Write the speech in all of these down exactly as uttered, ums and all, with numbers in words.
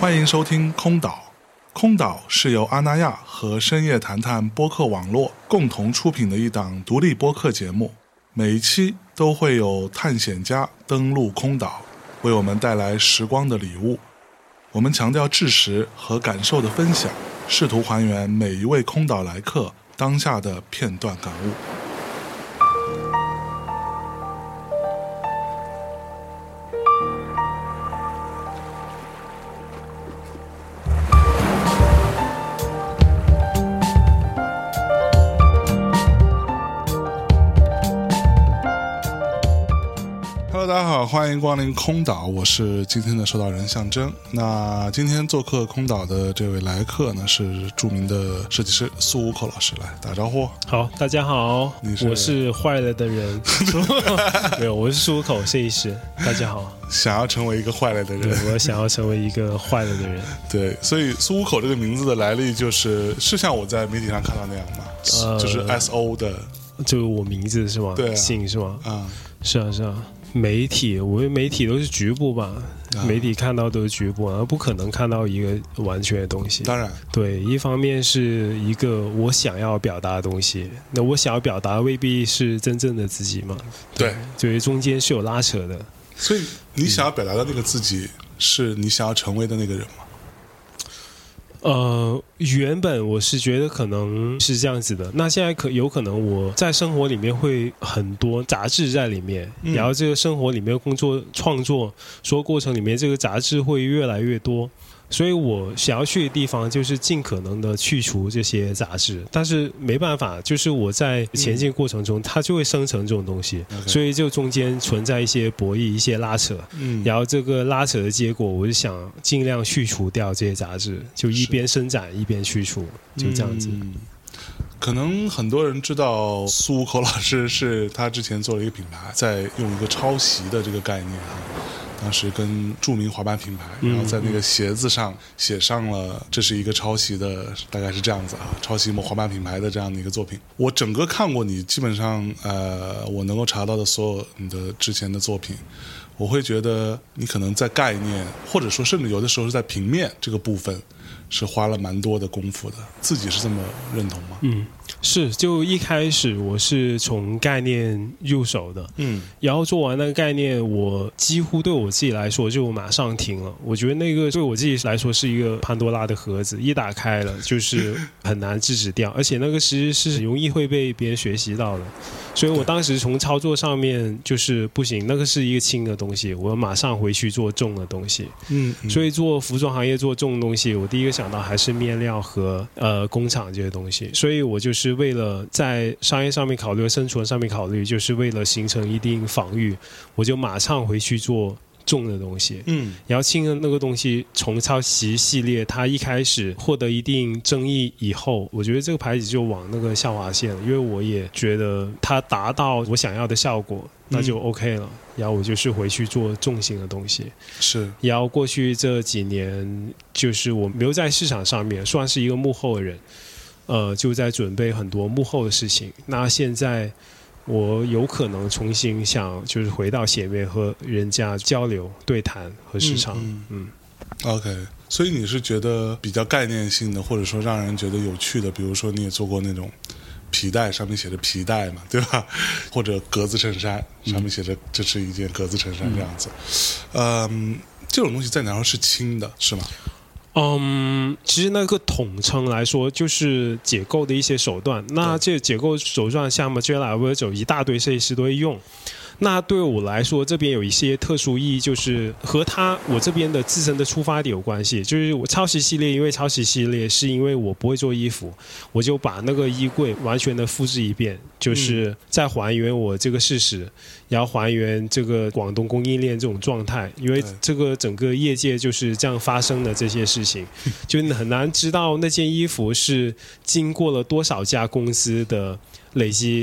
欢迎收听空岛。空岛是由阿那亚和深夜谈谈播客网络共同出品的一档独立播客节目，每一期都会有探险家登陆空岛，为我们带来时光的礼物。我们强调知识和感受的分享，试图还原每一位空岛来客当下的片段感悟。大家好，欢迎光临空岛，我是今天的收岛人象征。那今天做客空岛的这位来客呢，是著名的设计师苏五口老师，来打招呼。 好，大家好，是我是坏了的人，没有，我是苏五口设计师。大家好， 想要成为一个坏了的人， 对，我想要成为一个坏了的人。 对，所以苏五口这个名字的来历，就是是像我在媒体上看到那样吗？呃、就是 S O 的， 就是我名字是吗？ 对、啊， 姓是吗？ 啊、嗯， 是啊，是啊。媒体，我们媒体都是局部吧，啊、媒体看到都是局部，然后不可能看到一个完全的东西。 当然， 对，一方面是一个我想要表达的东西，那我想要表达未必是真正的自己嘛。 对， 所以中间是有拉扯的。 所以你想要表达的那个自己，是你想要成为的那个人吗？ 呃，原本我是觉得可能是这样子的，那现在可有可能我在生活里面会很多杂质在里面，嗯、然后这个生活里面工作创作所有过程里面，这个杂质会越来越多。所以我想要去的地方就是尽可能的去除这些杂质，但是没办法，就是我在前进过程中、嗯、它就会生成这种东西、okay. 所以就中间存在一些博弈，一些拉扯、嗯、然后这个拉扯的结果我就想尽量去除掉这些杂质，就一边伸展一边去除，就这样子、嗯、 可能很多人知道苏五口老师是他之前做了一个品牌，在用一个抄袭的这个概念啊，当时跟著名滑板品牌，然后在那个鞋子上写上了这是一个抄袭的，大概是这样子啊，抄袭某滑板品牌的这样的一个作品。我整个看过你基本上呃我能够查到的所有你的之前的作品，我会觉得你可能在概念或者说甚至有的时候是在平面这个部分是花了蛮多的功夫的，自己是这么认同吗？ 嗯，是，就一开始我是从概念入手的，嗯，然后做完那个概念，我几乎对我自己来说就马上停了。我觉得那个对我自己来说是一个潘多拉的盒子，一打开了就是很难制止掉，而且那个其实是容易会被别人学习到的。所以我当时从操作上面就是不行，那个是一个轻的东西，我马上回去做重的东西。嗯，嗯所以做服装行业做重的东西，我第一个想到还是面料和呃工厂这些东西。所以我就是为了在商业上面考虑，生存上面考虑，就是为了形成一定防御，我就马上回去做重的东西。嗯，然后轻的那个东西从抄袭系列它一开始获得一定争议以后，我觉得这个牌子就往那个下滑线了，因为我也觉得它达到我想要的效果，那就 OK 了、嗯、然后我就是回去做重型的东西。 是， 然后过去这几年就是我留在市场上面算是一个幕后的人，呃，就在准备很多幕后的事情。那现在我有可能重新想就是回到前面和人家交流对谈和市场。嗯, 嗯, 嗯 OK， 所以你是觉得比较概念性的，或者说让人觉得有趣的，比如说你也做过那种皮带上面写着皮带嘛，对吧？或者格子衬衫上面写着这是一件格子衬衫这样子。嗯, 嗯，这种东西在哪儿是轻的是吗？ 嗯，其实那个统称来说就是解构的一些手段，那这个解构手段像 Margiela Virgil 一大堆设计师都会用。那对我来说这边有一些特殊意义，就是和他我这边的自身的出发点有关系。就是我抄袭系列，因为抄袭系列是因为我不会做衣服，我就把那个衣柜完全的复制一遍，就是再还原我这个事实，然后还原这个广东供应链这种状态，因为这个整个业界就是这样发生的这些事情，就很难知道那件衣服是经过了多少家公司的累积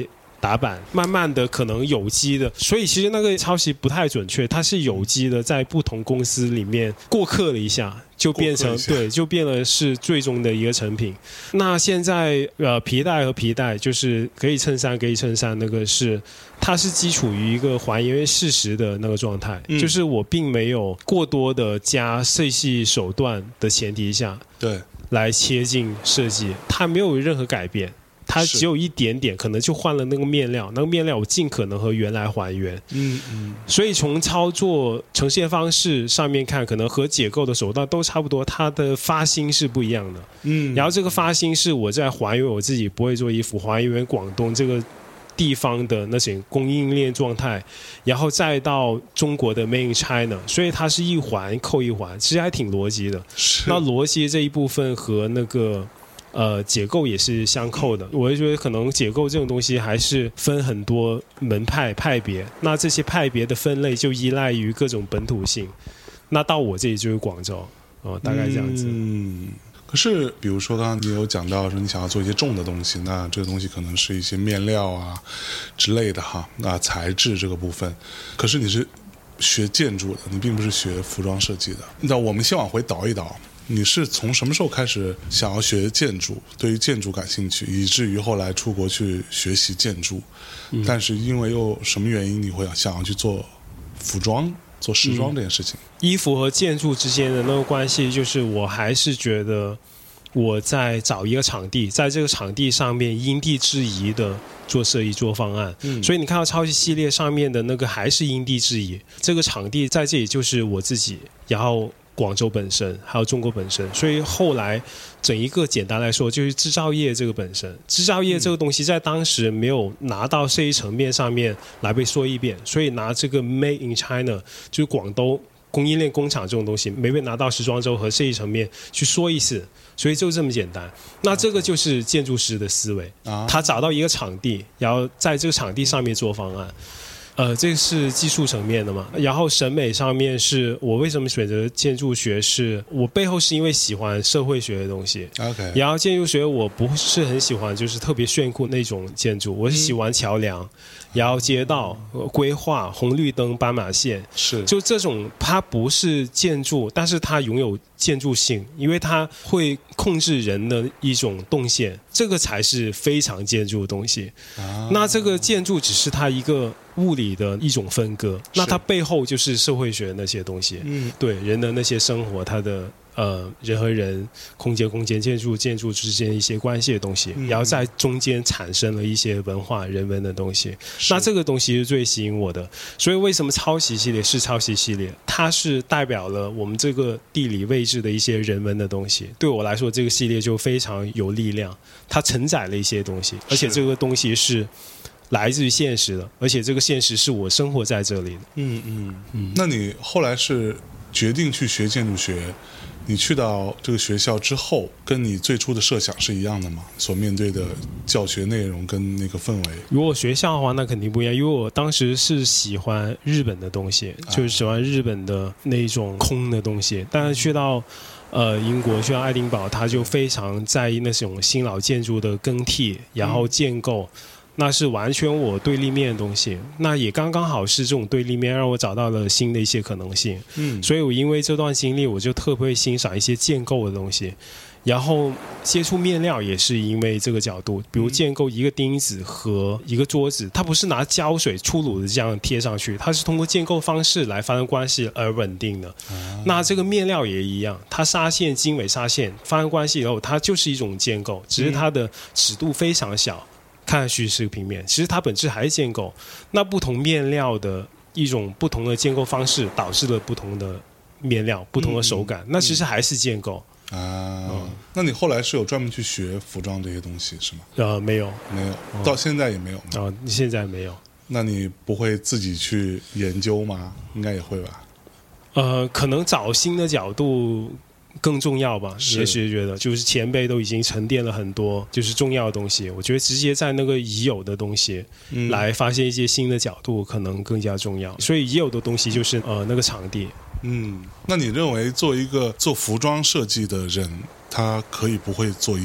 打版，慢慢的可能有机的，所以其实那个抄袭不太准确，它是有机的，在不同公司里面过客了一下，就变成对，就变了是最终的一个成品。那现在呃皮带和皮带就是可以衬衫可以衬衫，那个是它是基础于一个还原事实的那个状态，嗯、就是我并没有过多的加设计手段的前提下， 对， 来切进设计，它没有任何改变。它只有一点点，可能就换了那个面料，那个面料我尽可能和原来还原。 嗯嗯。 所以从操作呈现方式上面看，可能和解构的手段都差不多，它的发心是不一样的。 嗯。 然后这个发心是我在还原我自己不会做衣服，还原广东这个地方的那些供应链状态，然后再到中国的 Made in China， 所以它是一环扣一环，其实还挺逻辑的。那逻辑这一部分和那个。呃，解构也是相扣的，我就觉得可能解构这种东西还是分很多门派派别，那这些派别的分类就依赖于各种本土性。那到我这里就是广州，哦，大概这样子。 嗯，可是比如说刚刚你有讲到说你想要做一些重的东西，那这个东西可能是一些面料啊之类的哈，那材质这个部分，可是你是学建筑的，你并不是学服装设计的。那我们先往回倒一倒。你是从什么时候开始想要学建筑，对于建筑感兴趣，以至于后来出国去学习建筑、嗯、但是因为又什么原因你会想要去做服装做时装这件事情、嗯、 衣服和建筑之间的那个关系，就是我还是觉得我在找一个场地，在这个场地上面因地制宜的做设计做方案、嗯、所以你看到超级系列上面的那个还是因地制宜，这个场地在这里就是我自己，然后广州本身还有中国本身，所以后来整一个简单来说就是制造业这个本身，制造业这个东西在当时没有拿到设计层面上面来被说一遍，所以拿这个 Made in China 就是广东供应链工厂这种东西没被拿到时装周和设计层面去说一次，所以就这么简单。那这个就是建筑师的思维，他找到一个场地，然后在这个场地上面做方案。呃，这是技术层面的嘛，然后审美上面是我为什么选择建筑学，是我背后是因为喜欢社会学的东西。 OK， 然后建筑学我不是很喜欢，就是特别炫酷那种建筑，我是喜欢桥梁，嗯、然后街道规划、红绿灯、斑马线， 是就这种，它不是建筑，但是它拥有建筑性，因为它会控制人的一种动线，这个才是非常建筑的东西。啊、那这个建筑只是它一个物理的一种分割，那它背后就是社会学那些东西，嗯，对人的那些生活，它的呃人和人、空间空间、建筑建筑之间一些关系的东西，嗯、然后在中间产生了一些文化人文的东西，那这个东西是最吸引我的。所以为什么抄袭系列是抄袭系列？它是代表了我们这个地理位置的一些人文的东西。对我来说，这个系列就非常有力量，它承载了一些东西，而且这个东西是来自于现实的，而且这个现实是我生活在这里的。 嗯嗯嗯。那你后来是决定去学建筑学，你去到这个学校之后，跟你最初的设想是一样的吗？所面对的教学内容跟那个氛围？ 如果学校的话，那肯定不一样，因为我当时是喜欢日本的东西，就是喜欢日本的那种空的东西，但是去到呃，英国去到爱丁堡，他就非常在意那种新老建筑的更替，然后建构。嗯，那是完全我对立面的东西，那也刚刚好是这种对立面让我找到了新的一些可能性。嗯，所以我因为这段经历，我就特别欣赏一些建构的东西，然后接触面料也是因为这个角度，比如建构一个钉子和一个桌子，它不是拿胶水粗鲁的这样贴上去，它是通过建构方式来发生关系而稳定的。啊、那这个面料也一样，它纱线经纬纱线发生关系以后，它就是一种建构，只是它的尺度非常小。看上去是个平面，其实它本质还是建构。那不同面料的一种不同的建构方式，导致了不同的面料、不同的手感。嗯、那其实还是建构啊、嗯。那你后来是有专门去学服装这些东西是吗？ 呃，没有， 没有，到现在也没有吗？ 哦，现在没有。 那你不会自己去研究吗？应该也会吧。 呃，可能找新的角度更重要吧，也许觉得就是前辈都已经沉淀了很多就是重要的东西，我觉得直接在那个已有的东西来发现一些新的角度可能更加重要，所以已有的东西就是呃那个场地。 嗯，那你认为做一个做服装设计的人，他可以不会做衣服？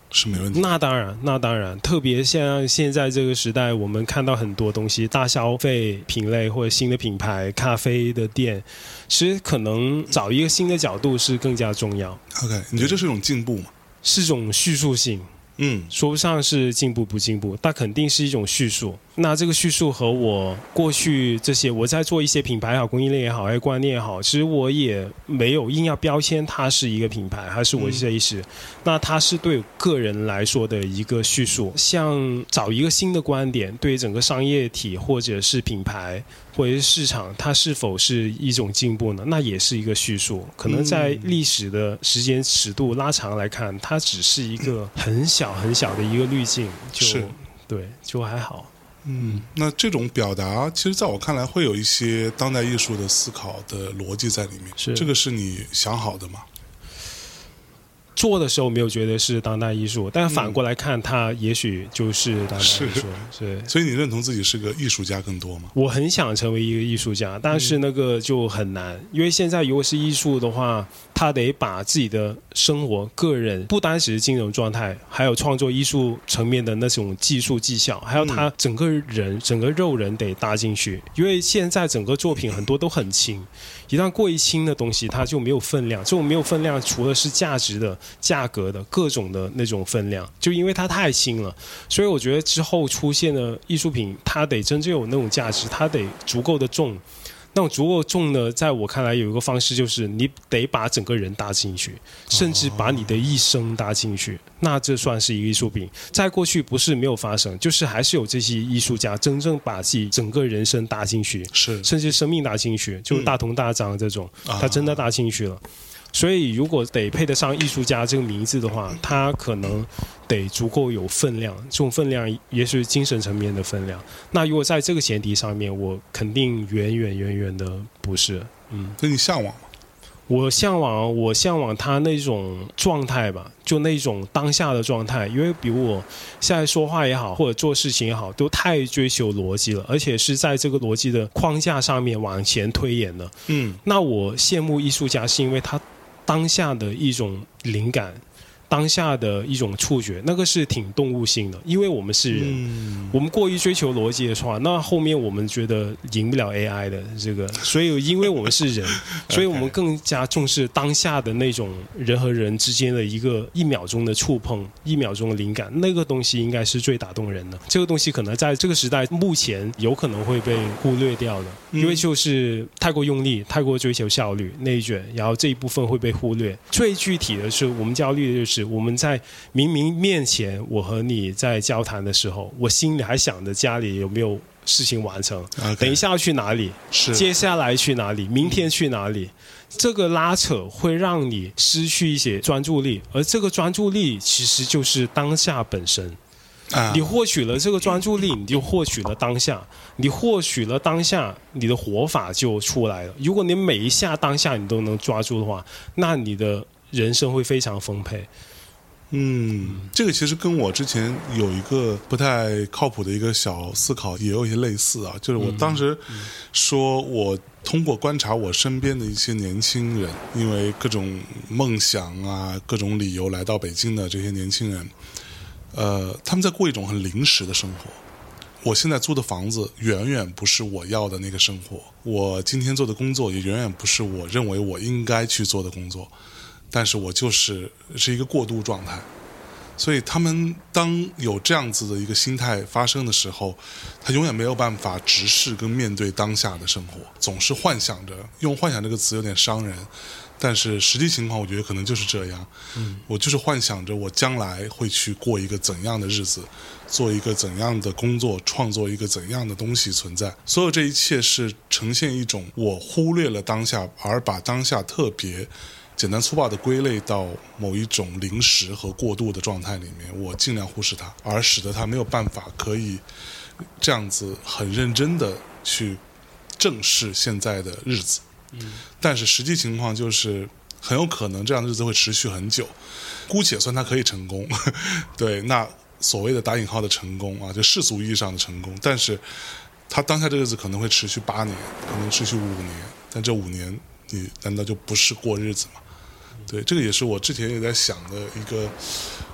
是没问题。 那当然，那当然，特别像现在这个时代，我们看到很多东西，大消费品类或者新的品牌、咖啡的店，其实可能找一个新的角度是更加重要。 OK， 你觉得这是一种进步吗？ 是种叙述性。 嗯， 说不上是进步不进步，但肯定是一种叙述。那这个叙述和我过去这些我在做一些品牌也好，供应链也好，还有观念也好，其实我也没有硬要标签它是一个品牌，还是我这一时、嗯、那它是对个人来说的一个叙述，像找一个新的观点，对整个商业体或者是品牌或者是市场，它是否是一种进步呢？那也是一个叙述。可能在历史的时间尺度拉长来看，它只是一个很小很小的一个滤镜，就是对，就还好。 嗯，那这种表达，其实在我看来，会有一些当代艺术的思考的逻辑在里面。 是这个是你想好的吗？ 做的时候没有觉得是当代艺术，但反过来看，它也许就是当代艺术。是， 所以你认同自己是个艺术家更多吗？ 我很想成为一个艺术家，但是那个就很难，嗯、因为现在如果是艺术的话，他得把自己的生活、个人，不单只是金融状态，还有创作艺术层面的那种技术技巧，还有他整个人、嗯、整个肉人得搭进去。因为现在整个作品很多都很轻，一旦过于轻的东西，它就没有分量。这种没有分量，除了是价值的。价格的各种的那种分量，就因为它太轻了，所以我觉得之后出现的艺术品，它得真正有那种价值，它得足够的重。那种足够重呢，在我看来有一个方式，就是你得把整个人搭进去，甚至把你的一生搭进去，那这算是一个艺术品。在过去不是没有发生，就是还是有这些艺术家真正把自己整个人生搭进去， 是甚至生命搭进去，就是大同大张这种，他真的搭进去了。所以如果得配得上艺术家这个名字的话，他可能得足够有分量，这种分量也是精神层面的分量。那如果在这个前提上面，我肯定远远远远的不是。嗯， 所以你向往吗？ 我向往，我向往他那种状态吧，就那种当下的状态。因为比如我现在说话也好，或者做事情也好，都太追求逻辑了，而且是在这个逻辑的框架上面往前推演的。 嗯， 那我羡慕艺术家，是因为他当下的一种灵感，当下的一种触觉，那个是挺动物性的。因为我们是人，嗯、我们过于追求逻辑的话，那后面我们觉得赢不了 A I 的这个。所以，因为我们是人，所以我们更加重视当下的那种人和人之间的一个一秒钟的触碰，一秒钟的灵感，那个东西应该是最打动人的。这个东西可能在这个时代目前有可能会被忽略掉的，因为就是太过用力，太过追求效率、内卷，然后这一部分会被忽略。最具体的是，我们焦虑的就是我们在明明面前，我和你在交谈的时候，我心里还想着家里有没有事情完成， okay, 等一下要去哪里，接下来去哪里，明天去哪里，这个拉扯会让你失去一些专注力，而这个专注力其实就是当下本身。 啊、 你获取了这个专注力，你就获取了当下，你获取了当下，你的活法就出来了。如果你每一下当下你都能抓住的话，那你的人生会非常丰沛。 嗯，这个其实跟我之前有一个不太靠谱的一个小思考也有一些类似啊，就是我当时说我通过观察我身边的一些年轻人，因为各种梦想啊，各种理由来到北京的这些年轻人，呃，他们在过一种很临时的生活。我现在租的房子远远不是我要的那个生活，我今天做的工作也远远不是我认为我应该去做的工作，但是我就是是一个过渡状态。所以他们当有这样子的一个心态发生的时候，他永远没有办法直视跟面对当下的生活，总是幻想着，用幻想这个词有点伤人，但是实际情况我觉得可能就是这样。嗯，我就是幻想着我将来会去过一个怎样的日子，做一个怎样的工作，创作一个怎样的东西存在。所有这一切是呈现一种我忽略了当下，而把当下特别简单粗暴的归类到某一种临时和过渡的状态里面，我尽量忽视它，而使得它没有办法可以这样子很认真的去正视现在的日子。嗯，但是实际情况就是很有可能这样的日子会持续很久，姑且算它可以成功对，那所谓的打引号的成功啊，就世俗意义上的成功，但是它当下这个日子可能会持续八年，可能持续五年，但这五年你难道就不是过日子吗？对，这个也是我之前也在想的一个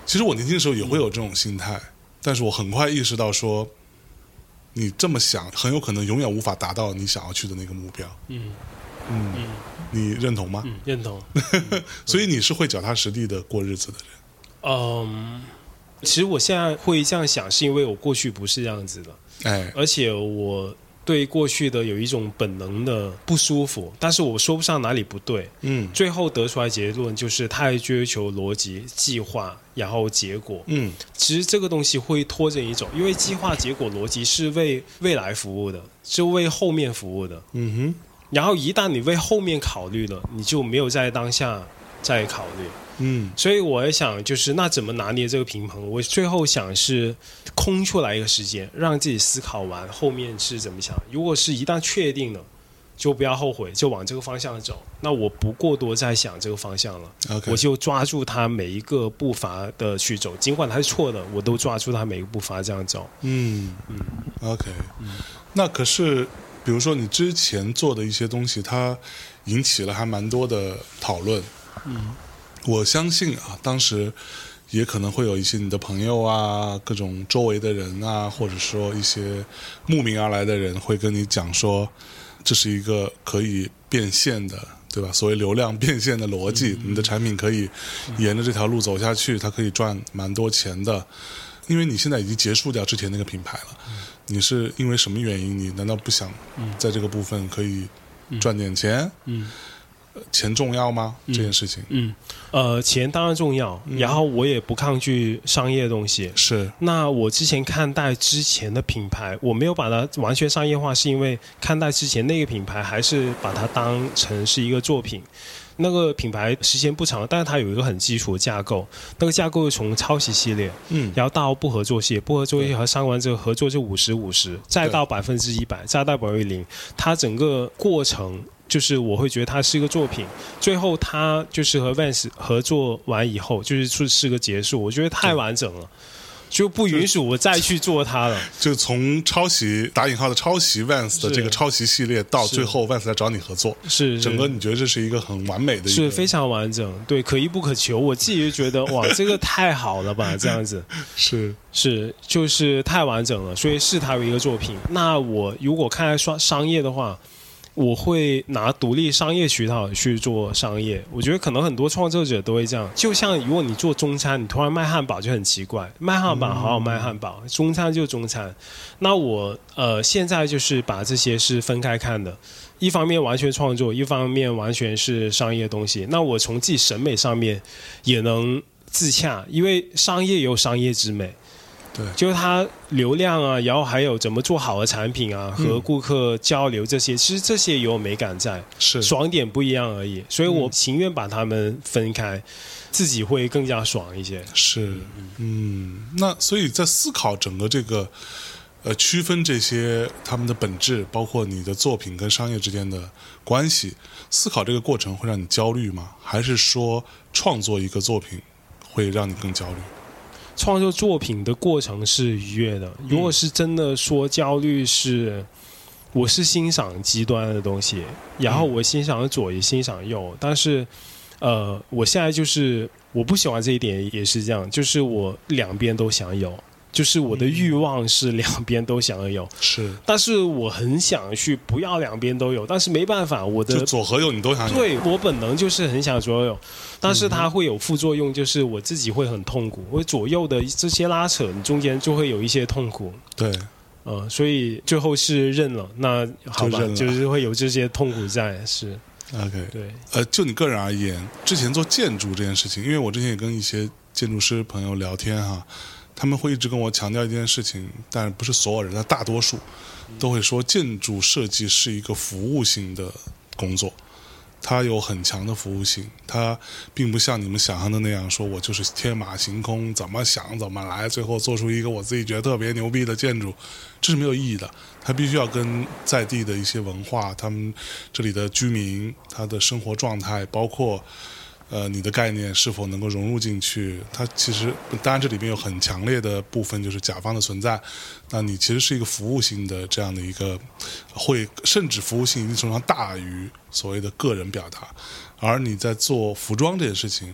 其实我年轻的时候也会有这种心态，嗯、但是我很快意识到说，你这么想很有可能永远无法达到你想要去的那个目标。嗯嗯，嗯你认同吗？ 嗯，认同。 所以你是会脚踏实地的过日子的人。 嗯，其实我现在会这样想，是因为我过去不是这样子的。哎，而且我对过去的有一种本能的不舒服，但是我说不上哪里不对。嗯，最后得出来结论就是太追求逻辑、计划，然后结果。嗯，其实这个东西会拖着你走，因为计划、结果、逻辑是为未来服务的，是为后面服务的。嗯哼，然后一旦你为后面考虑了，你就没有在当下再考虑。嗯，所以我也想，就是那怎么拿捏这个平衡？我最后想是空出来一个时间，让自己思考完后面是怎么想。如果是一旦确定了，就不要后悔，就往这个方向走。那我不过多再想这个方向了， okay. 我就抓住它每一个步伐的去走，尽管它是错的，我都抓住它每一个步伐这样走。嗯嗯 ，OK，嗯，那可是比如说你之前做的一些东西，它引起了还蛮多的讨论。嗯。我相信啊，当时也可能会有一些你的朋友啊，各种周围的人啊，或者说一些慕名而来的人会跟你讲说，这是一个可以变现的，对吧？所谓流量变现的逻辑，嗯、你的产品可以沿着这条路走下去，它可以赚蛮多钱的。因为你现在已经结束掉之前那个品牌了，嗯、你是因为什么原因？你难道不想在这个部分可以赚点钱？嗯。嗯钱重要吗？这件事情， 嗯，呃，钱当然重要，嗯、然后我也不抗拒商业的东西。 是， 那我之前看待之前的品牌，我没有把它完全商业化，是因为看待之前那个品牌，还是把它当成是一个作品。那个品牌时间不长，但是它有一个很基础的架构。那个架构是从抄袭系列，嗯，然后到不合作系列，不合作系列和上完这个合作就五十五十，再到百分之一百，再到百分之零，它整个过程。就是我会觉得它是一个作品，最后它就是和 Vans 合作完以后，就是是个结束。我觉得太完整了，就不允许我再去做它了。 就从抄袭打引号的抄袭 Vans 的这个抄袭系列，到最后 Vans 来找你合作， 是整个你觉得这是一个很完美的一个， 是非常完整，对，可遇不可求。我自己就觉得哇，这个太好了吧，这样子是是就是太完整了，所以是它有一个作品。那我如果看待商商业的话。我会拿独立商业渠道去做商业，我觉得可能很多创作者都会这样。就像如果你做中餐，你突然卖汉堡就很奇怪，卖汉堡好好卖汉堡，嗯、中餐就中餐。那我呃现在就是把这些是分开看的，一方面完全创作，一方面完全是商业东西。那我从自己审美上面也能自洽，因为商业有商业之美。 对， 就是它流量啊，然后还有怎么做好的产品啊，和顾客交流这些，嗯、其实这些也有美感在， 是爽点不一样而已。所以我情愿把它们分开，嗯、自己会更加爽一些。 是，嗯，那所以在思考整个这个呃区分这些他们的本质，包括你的作品跟商业之间的关系，思考这个过程会让你焦虑吗？还是说创作一个作品会让你更焦虑？ 创作作品的过程是愉悦的，如果是真的说焦虑是，我是欣赏极端的东西，然后我欣赏左也欣赏右，但是，呃，我现在就是我不喜欢这一点也是这样，就是我两边都想有。就是我的欲望是两边都想要有， 是， 但是我很想去不要两边都有，但是没办法，我的就左和右你都想有， 对，我本能就是很想左右，但是它会有副作用，就是我自己会很痛苦，我左右的这些拉扯，你中间就会有一些痛苦， 对， 呃，所以最后是认了，那好吧，就, 就是会有这些痛苦在，是 ，OK， 对， 呃，就你个人而言，之前做建筑这件事情，因为我之前也跟一些建筑师朋友聊天哈。他们会一直跟我强调一件事情，但不是所有人，但大多数都会说，建筑设计是一个服务性的工作，它有很强的服务性，它并不像你们想象的那样，说我就是天马行空，怎么想怎么来，最后做出一个我自己觉得特别牛逼的建筑，这是没有意义的。它必须要跟在地的一些文化，他们这里的居民，他的生活状态，包括。呃，你的概念是否能够融入进去？它其实当然这里面有很强烈的部分就是甲方的存在，那你其实是一个服务性的这样的一个，会甚至服务性一定程度上大于所谓的个人表达，而你在做服装这件事情，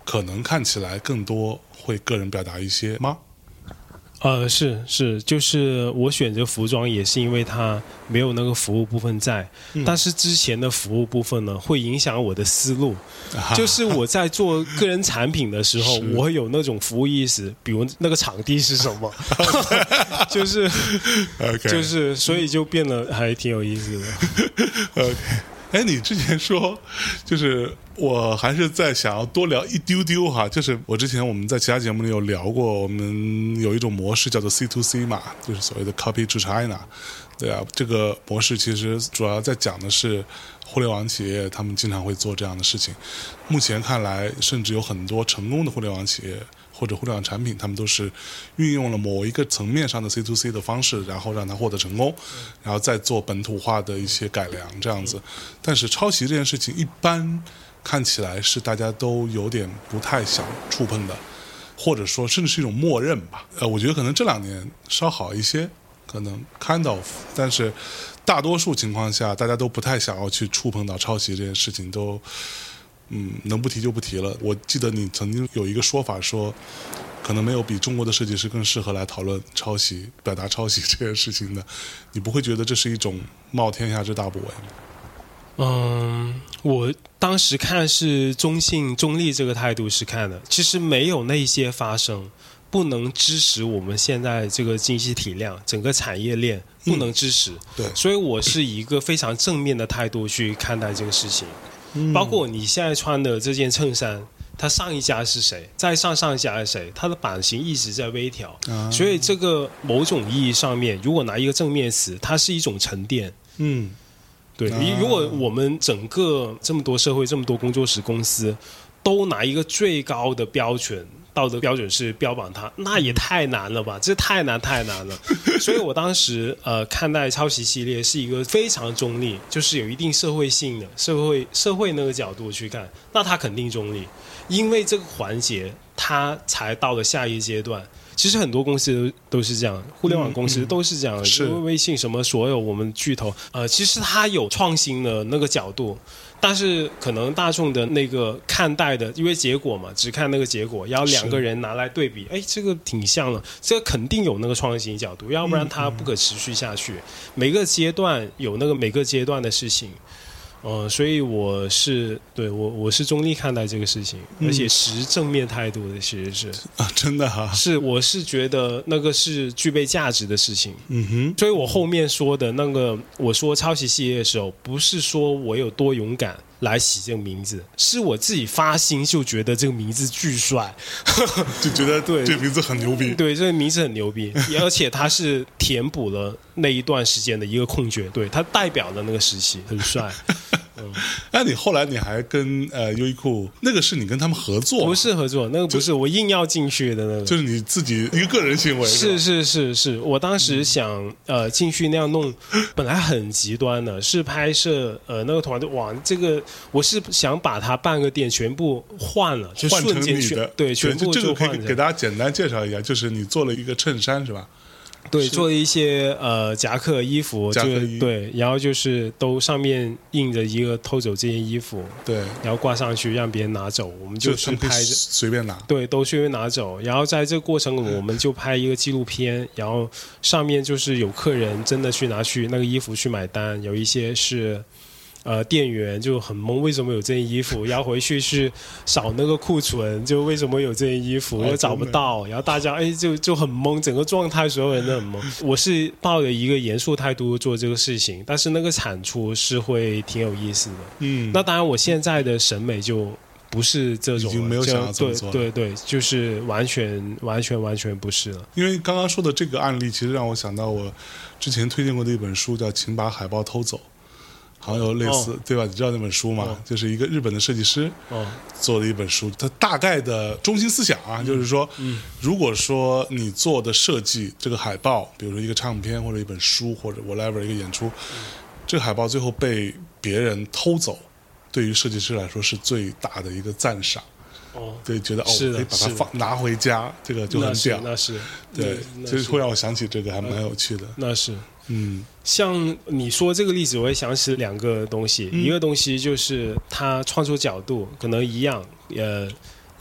可能看起来更多会个人表达一些吗？ 呃，是是，就是我选择服装也是因为它没有那个服务部分在，嗯、但是之前的服务部分呢，会影响我的思路。啊、就是我在做个人产品的时候，我会有那种服务意识，比如那个场地是什么，就是， okay. 就是，所以就变得还挺有意思的。 OK。哎，你之前说，就是我还是在想要多聊一丢丢哈，就是我之前我们在其他节目里有聊过，我们有一种模式叫做 C to C 嘛，就是所谓的 Copy to China， 对啊，这个模式其实主要在讲的是互联网企业他们经常会做这样的事情，目前看来，甚至有很多成功的互联网企业或者互联网产品，他们都是运用了某一个层面上的 C to C 的方式，然后让它获得成功，然后再做本土化的一些改良这样子。但是抄袭这件事情一般看起来是大家都有点不太想触碰的，或者说甚至是一种默认吧。呃，我觉得可能这两年稍好一些，可能 kind of， 但是大多数情况下大家都不太想要去触碰到抄袭这件事情，都嗯，能不提就不提了。我记得你曾经有一个说法说，可能没有比中国的设计师更适合来讨论抄袭、表达抄袭这件事情的。你不会觉得这是一种冒天下之大不韪吗？ 嗯，我当时看是中性、中立这个态度是看的。其实没有那些发生，不能支持我们现在这个经济体量、整个产业链不能支持。嗯、 对， 所以我是以一个非常正面的态度去看待这个事情。包括你现在穿的这件衬衫，它上一家是谁，再上上一家是谁，它的版型一直在微调、啊、所以这个某种意义上面，如果拿一个正面词，它是一种沉淀。嗯，对、啊、如果我们整个这么多社会这么多工作室公司都拿一个最高的标准道德标准是标榜它，那也太难了吧，这太难太难了。所以我当时呃看待抄袭系列是一个非常中立，就是有一定社会性的社会社会那个角度去看，那它肯定中立，因为这个环节它才到了下一阶段。其实很多公司 都, 都是这样，互联网公司都是这样的，因为微信什么所有我们巨头，呃，其实它有创新的那个角度，但是可能大众的那个看待的，因为结果嘛，只看那个结果，然后两个人拿来对比，哎，这个挺像了，这个肯定有那个创新角度，要不然它不可持续下去。每个阶段有那个每个阶段的事情。呃，所以我是对我我是中立看待这个事情，嗯、而且持正面态度的，其实是啊，真的哈、啊， 是我是觉得那个是具备价值的事情。 嗯哼， 所以我后面说的那个，我说抄袭系列的时候，不是说我有多勇敢来起这个名字，是我自己发心就觉得这个名字巨帅， 就觉得对这个名字很牛逼， 对，这个名字很牛逼，而且它是填补了那一段时间的一个空缺，对，它代表了那个时期，很帅。 嗯，那你后来你还跟呃优衣库那个是你跟他们合作？ 不是合作，那个不是我硬要进去的那个， 就是你自己一个个人行为。 是是是是，我当时想、嗯、呃进去那样弄，本来很极端的，是拍摄呃那个团队哇，这个我是想把它半个店全部换了，就瞬间全的对全部就这个可以给大家简单介绍一下，就是你做了一个衬衫是吧？ 对，做了一些呃夹克衣服， 夹克衣就对，然后就是都上面印着一个偷走这件衣服， 对， 然后挂上去让别人拿走，我们就去拍， 随便拿， 对，都随便拿走。然后在这个过程我们就拍一个纪录片，然后上面就是有客人真的去拿去那个衣服去买单，有一些是。呃，店员就很懵，为什么有这件衣服？然后回去去扫那个库存，就为什么有这件衣服，又找不到。然后大家哎，就就很懵，整个状态所有人都很懵。我是抱着一个严肃态度做这个事情，但是那个产出是会挺有意思的。嗯，那当然，我现在的审美就不是这种了， 已经没有想要这么做了。 对对对，就是完全完全完全不是了。 因为刚刚说的这个案例，其实让我想到我之前推荐过的一本书，叫《请把海报偷走》。好像有类似、哦、对吧？你知道那本书吗、哦、就是一个日本的设计师、哦、做的一本书，它大概的中心思想啊、嗯、就是说、嗯、如果说你做的设计这个海报，比如说一个唱片或者一本书或者 whatever 一个演出、嗯、这个海报最后被别人偷走，对于设计师来说是最大的一个赞赏。哦，对，觉得哦，可以把它放拿回家，这个就很屌。 那是， 那是对，就是会让我想起这个，还蛮有趣的。 那是，嗯，像你说这个例子，我会想起两个东西，嗯、一个东西就是它创作角度可能一样，呃，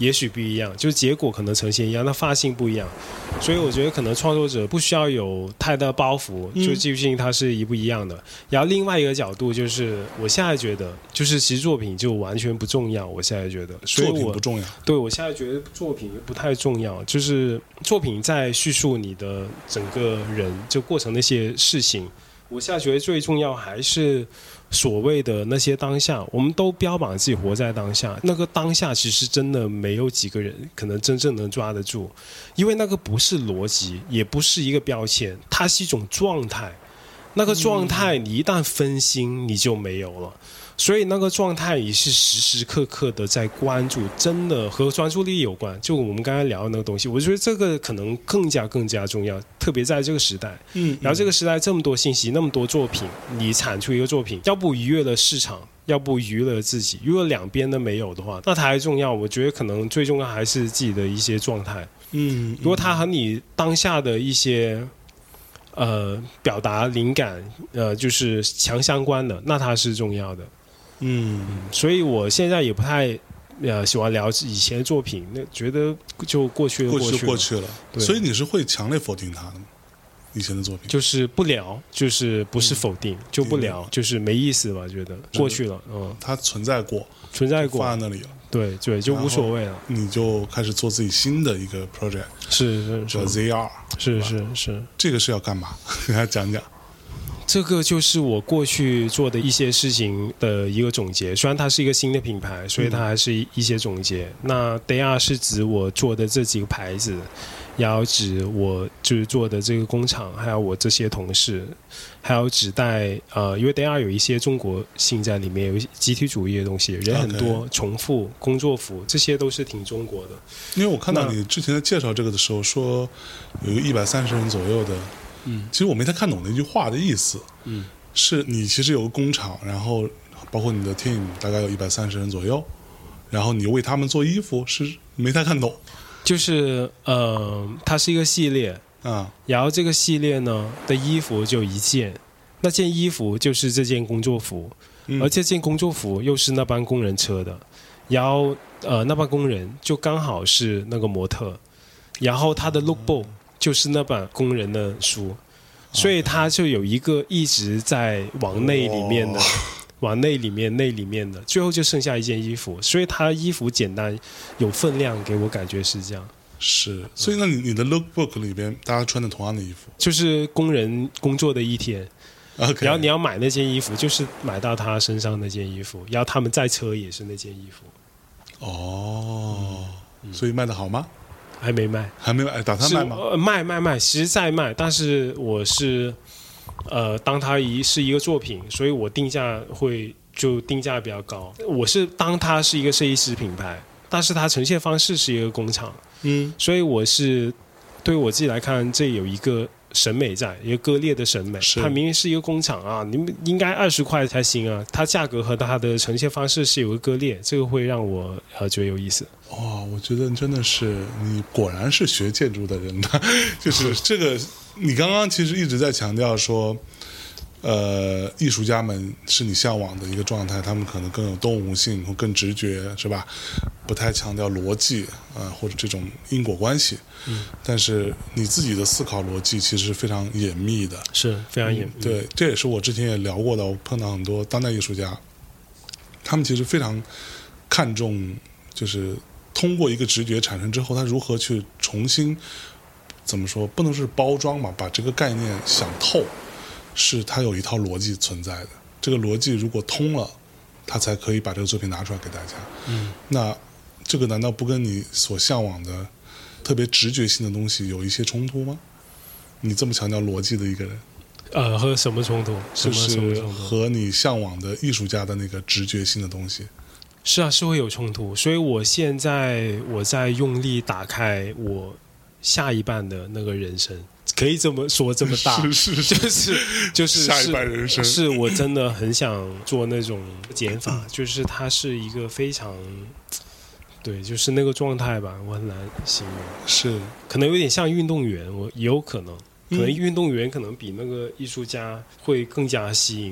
也许不一样，就结果可能呈现一样，那发性不一样，所以我觉得可能创作者不需要有太大包袱， 嗯、 就究竟它是一不一样的。然后另外一个角度就是，我现在觉得，就是其实作品就完全不重要。我现在觉得，所以我作品不重要。 对，我现在觉得作品不太重要，就是作品在叙述你的整个人就过程那些事情。我现在觉得最重要还是所谓的那些当下，我们都标榜自己活在当下，那个当下其实真的没有几个人可能真正能抓得住，因为那个不是逻辑，也不是一个标签，它是一种状态。那个状态你一旦分心你就没有了，所以那个状态也是时时刻刻的在关注，真的和专注力有关，就我们刚才聊的那个东西，我觉得这个可能更加更加重要，特别在这个时代。嗯，然后这个时代这么多信息，那么多作品，你产出一个作品，要不愉悦了市场，要不娱乐自己，如果两边都没有的话，那它还重要。我觉得可能最重要还是自己的一些状态。嗯，如果它和你当下的一些呃表达灵感呃就是强相关的，那它是重要的。嗯，所以我现在也不太呃喜欢聊以前的作品，那觉得就过去了， 过去了过去了。所以你是会强烈否定它的吗？以前的作品就是不聊，就是不是否定，嗯、就不聊，就是没意思吧？觉得过去了，嗯， 它存在过， 存在过， 放在那里了。 对对，就无所谓了。 你就开始做自己新的一个 project， 是是叫 Z R， 是是是， 这个是要干嘛？给大家讲讲。 这个就是我过去做的一些事情的一个总结，虽然它是一个新的品牌，所以它还是一些总结。嗯、那 D R 是指我做的这几个牌子，然后指我就是做的这个工厂，还有我这些同事，还有指代呃，因为 D R 有一些中国性在里面，有一些集体主义的东西，人很多， okay. 重复工作服，这些都是挺中国的。 因为我看到你之前在介绍这个的时候说，有一个一百三十人左右的。嗯，其实我没太看懂那句话的意思。嗯，是你其实有个工厂，然后包括你的 team 大概有一百三十人左右，然后你为他们做衣服，是没太看懂。就是呃，它是一个系列啊，然后这个系列呢的衣服就一件，那件衣服就是这件工作服，嗯、而这件工作服又是那班工人车的，然后呃那班工人就刚好是那个模特，然后他的 lookbook。就是那本工人的书，所以他就有一个一直在往内里面的，往内里面内里面的，最后就剩下一件衣服，所以他衣服简单有分量，给我感觉是这样。 是，所以那你你的 lookbook 里边大家穿的同样的衣服， 就是工人工作的一天。 Okay. 然后你要买那件衣服，就是买到他身上那件衣服，然后他们在车也是那件衣服。 哦，嗯、所以卖得好吗？ 还没卖， 还没卖，打算卖吗？ 呃、卖卖卖，其实在卖，但是我是，呃，当它一是一个作品，所以我定价会就定价比较高。我是当它是一个设计师品牌，但是它呈现方式是一个工厂，嗯，所以我是对我自己来看，这有一个审美在，一个割裂的审美。它明明是一个工厂啊，你们应该二十块才行啊，它价格和它的呈现方式是有个割裂，这个会让我呃觉得有意思。 哇，我觉得真的是你果然是学建筑的人的，就是这个你刚刚其实一直在强调说，呃，艺术家们是你向往的一个状态，他们可能更有动物性或更直觉，是吧？不太强调逻辑啊、呃，或者这种因果关系。嗯，但是你自己的思考逻辑其实是非常严密的， 是非常严密、 嗯。对，这也是我之前也聊过的，我碰到很多当代艺术家，他们其实非常看重就是通过一个直觉产生之后，他如何去重新怎么说，不能是包装嘛，把这个概念想透，是他有一套逻辑存在的。这个逻辑如果通了，他才可以把这个作品拿出来给大家。嗯，那这个难道不跟你所向往的特别直觉性的东西有一些冲突吗？你这么强调逻辑的一个人， 呃，和什么冲突？ 就是和你向往的艺术家的那个直觉性的东西。 是啊，是会有冲突，所以我现在我在用力打开我下一半的那个人生，可以这么说这么大， 是是是， 就是就是下一半人生， 是我真的很想做那种减法，就是它是一个非常，对，就是那个状态吧，我很难形容， 是可能有点像运动员，我也有可能，可能运动员可能比那个艺术家会更加吸引我。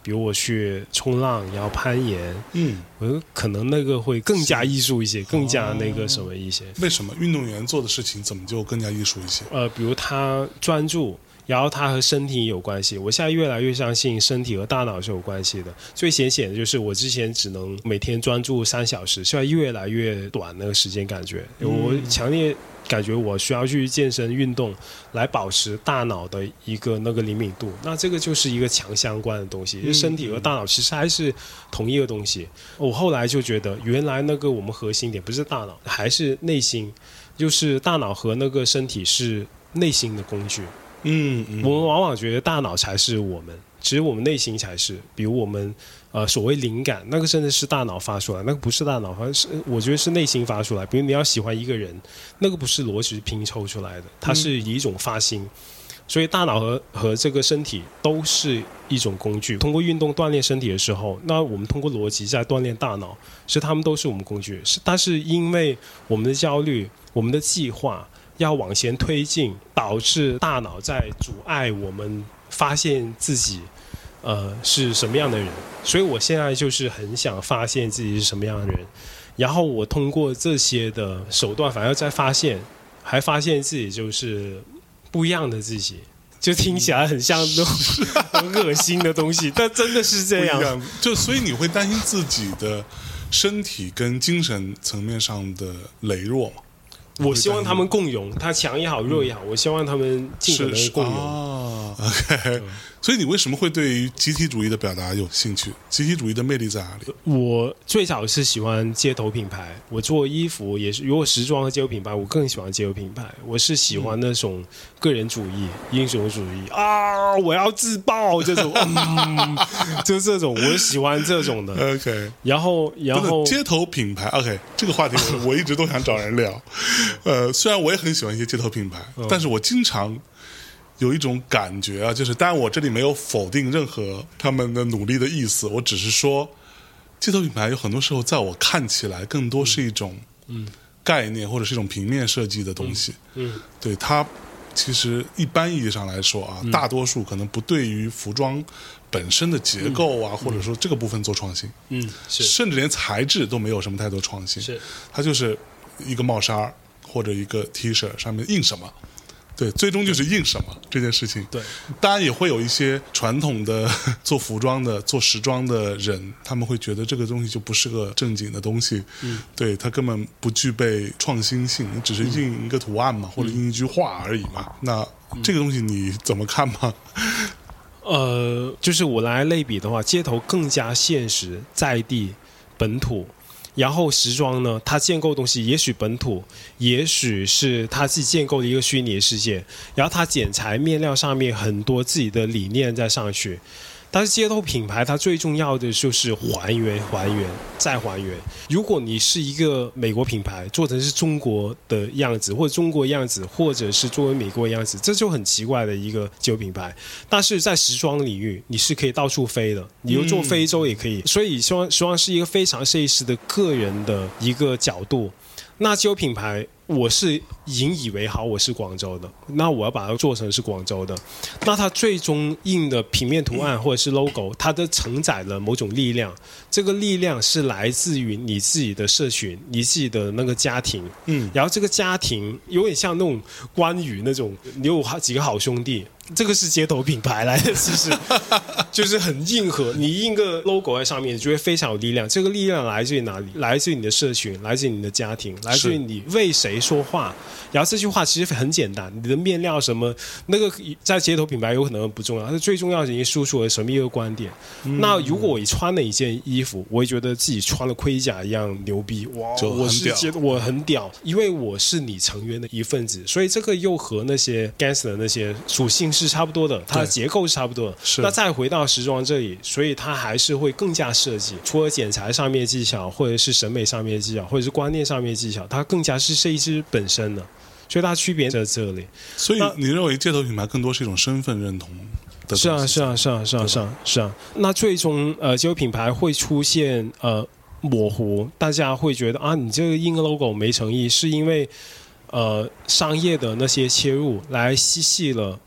比如我去冲浪，然后攀岩， 嗯， 我可能那个会更加艺术一些，更加那个什么一些。 为什么运动员做的事情怎么就更加艺术一些？ 呃，比如他专注。然后它和身体有关系，我现在越来越相信身体和大脑是有关系的。最显显的就是我之前只能每天专注三小时，现在越来越短那个时间感觉。我强烈感觉我需要去健身运动来保持大脑的一个那个灵敏度，那这个就是一个强相关的东西，因为身体和大脑其实还是同一个东西。我后来就觉得原来那个我们核心点不是大脑，还是内心，就是大脑和那个身体是内心的工具。 嗯, 嗯， 我们往往觉得大脑才是我们，其实我们内心才是。比如我们呃所谓灵感，那个真的是大脑发出来，那个不是大脑发，是我觉得是内心发出来。比如你要喜欢一个人，那个不是逻辑拼凑出来的，它是以一种发心。嗯、所以大脑和和这个身体都是一种工具。通过运动锻炼身体的时候，那我们通过逻辑在锻炼大脑，是他们都是我们工具。是，但是因为我们的焦虑，我们的计划。要往前推进，导致大脑在阻碍我们发现自己，呃，是什么样的人。所以我现在就是很想发现自己是什么样的人，然后我通过这些的手段，反而在发现，还发现自己就是不一样的自己。就听起来很像那种很恶心的东西，但真的是这样。 就所以你会担心自己的身体跟精神层面上的羸弱吗？ 我希望他们共融，他强也好，弱也好，我希望他们尽可能共融。 啊 OK， 所以你为什么会对于集体主义的表达有兴趣？集体主义的魅力在哪里？ 我最早是喜欢街头品牌，我做衣服也是，如果时装和街头品牌，我更喜欢街头品牌。我是喜欢那种个人主义、嗯、英雄主义啊，我要自爆这种，嗯、就这种，我喜欢这种的。 OK， 然后，然后街头品牌 ，OK， 这个话题我我一直都想找人聊。呃，虽然我也很喜欢一些街头品牌，嗯、但是我经常有一种感觉啊，就是当然我这里没有否定任何他们的努力的意思，我只是说，街头品牌有很多时候在我看起来更多是一种概念或者是一种平面设计的东西。嗯，嗯对它其实一般意义上来说啊，嗯、大多数可能不对于服装本身的结构啊，嗯、或者说这个部分做创新。嗯，是甚至连材质都没有什么太多创新。是，它就是一个帽衫或者一个 T 恤上面印什么，对，最终就是印什么这件事情。对，当然也会有一些传统的做服装的、做时装的人，他们会觉得这个东西就不是个正经的东西，嗯，对，它根本不具备创新性，只是印一个图案嘛，嗯、或者印一句话而已嘛。那这个东西你怎么看吗？ 呃，就是我来类比的话，街头更加现实、在地、本土。然后时装呢，它建构的东西也许本土，也许是它自己建构的一个虚拟的世界，然后它剪裁面料上面很多自己的理念在上去。但是街头品牌它最重要的就是还原还原再还原。如果你是一个美国品牌做成是中国的样子，或者中国样子，或者是作为美国的样子，这就很奇怪的一个街头品牌。但是在时装领域你是可以到处飞的，你又做非洲也可以，嗯、所以时装时装是一个非常设计师的个人的一个角度。那街头品牌我是引以为豪，我是广州的，那我要把它做成是广州的，那它最终印的平面图案或者是 logo， 它都承载了某种力量，这个力量是来自于你自己的社群，你自己的那个家庭，嗯，然后这个家庭有点像那种关羽那种，你有几个好兄弟，这个是街头品牌来的，其实就是很硬核，你印个 logo 在上面，你就会非常有力量。这个力量来自于哪里？来自于你的社群，来自于你的家庭，来自于你为谁说话。然后这句话其实很简单，你的面料什么那个在街头品牌有可能不重要，但是最重要的是你输出了什么一个观点。嗯、那如果我穿了一件衣服，我会觉得自己穿了盔甲一样牛逼，哇，我是觉得我很屌，因为我是你成员的一份子，所以这个又和那些 gangster 的那些属性是差不多的，它的结构是差不多的。那再回到时装这里，所以它还是会更加设计，除了剪裁上面的技巧，或者是审美上面的技巧，或者是观念上面的技巧，它更加是设计师本身的，所以它区别在这里。 所以你认为街头品牌更多是一种身份认同的？ 是啊，是啊，是啊，是啊，是啊，是啊。那最终呃，街头品牌会出现呃模糊，大家会觉得啊，你这个印个 logo 没诚意，是因为呃商业的那些切入来嬉戏了。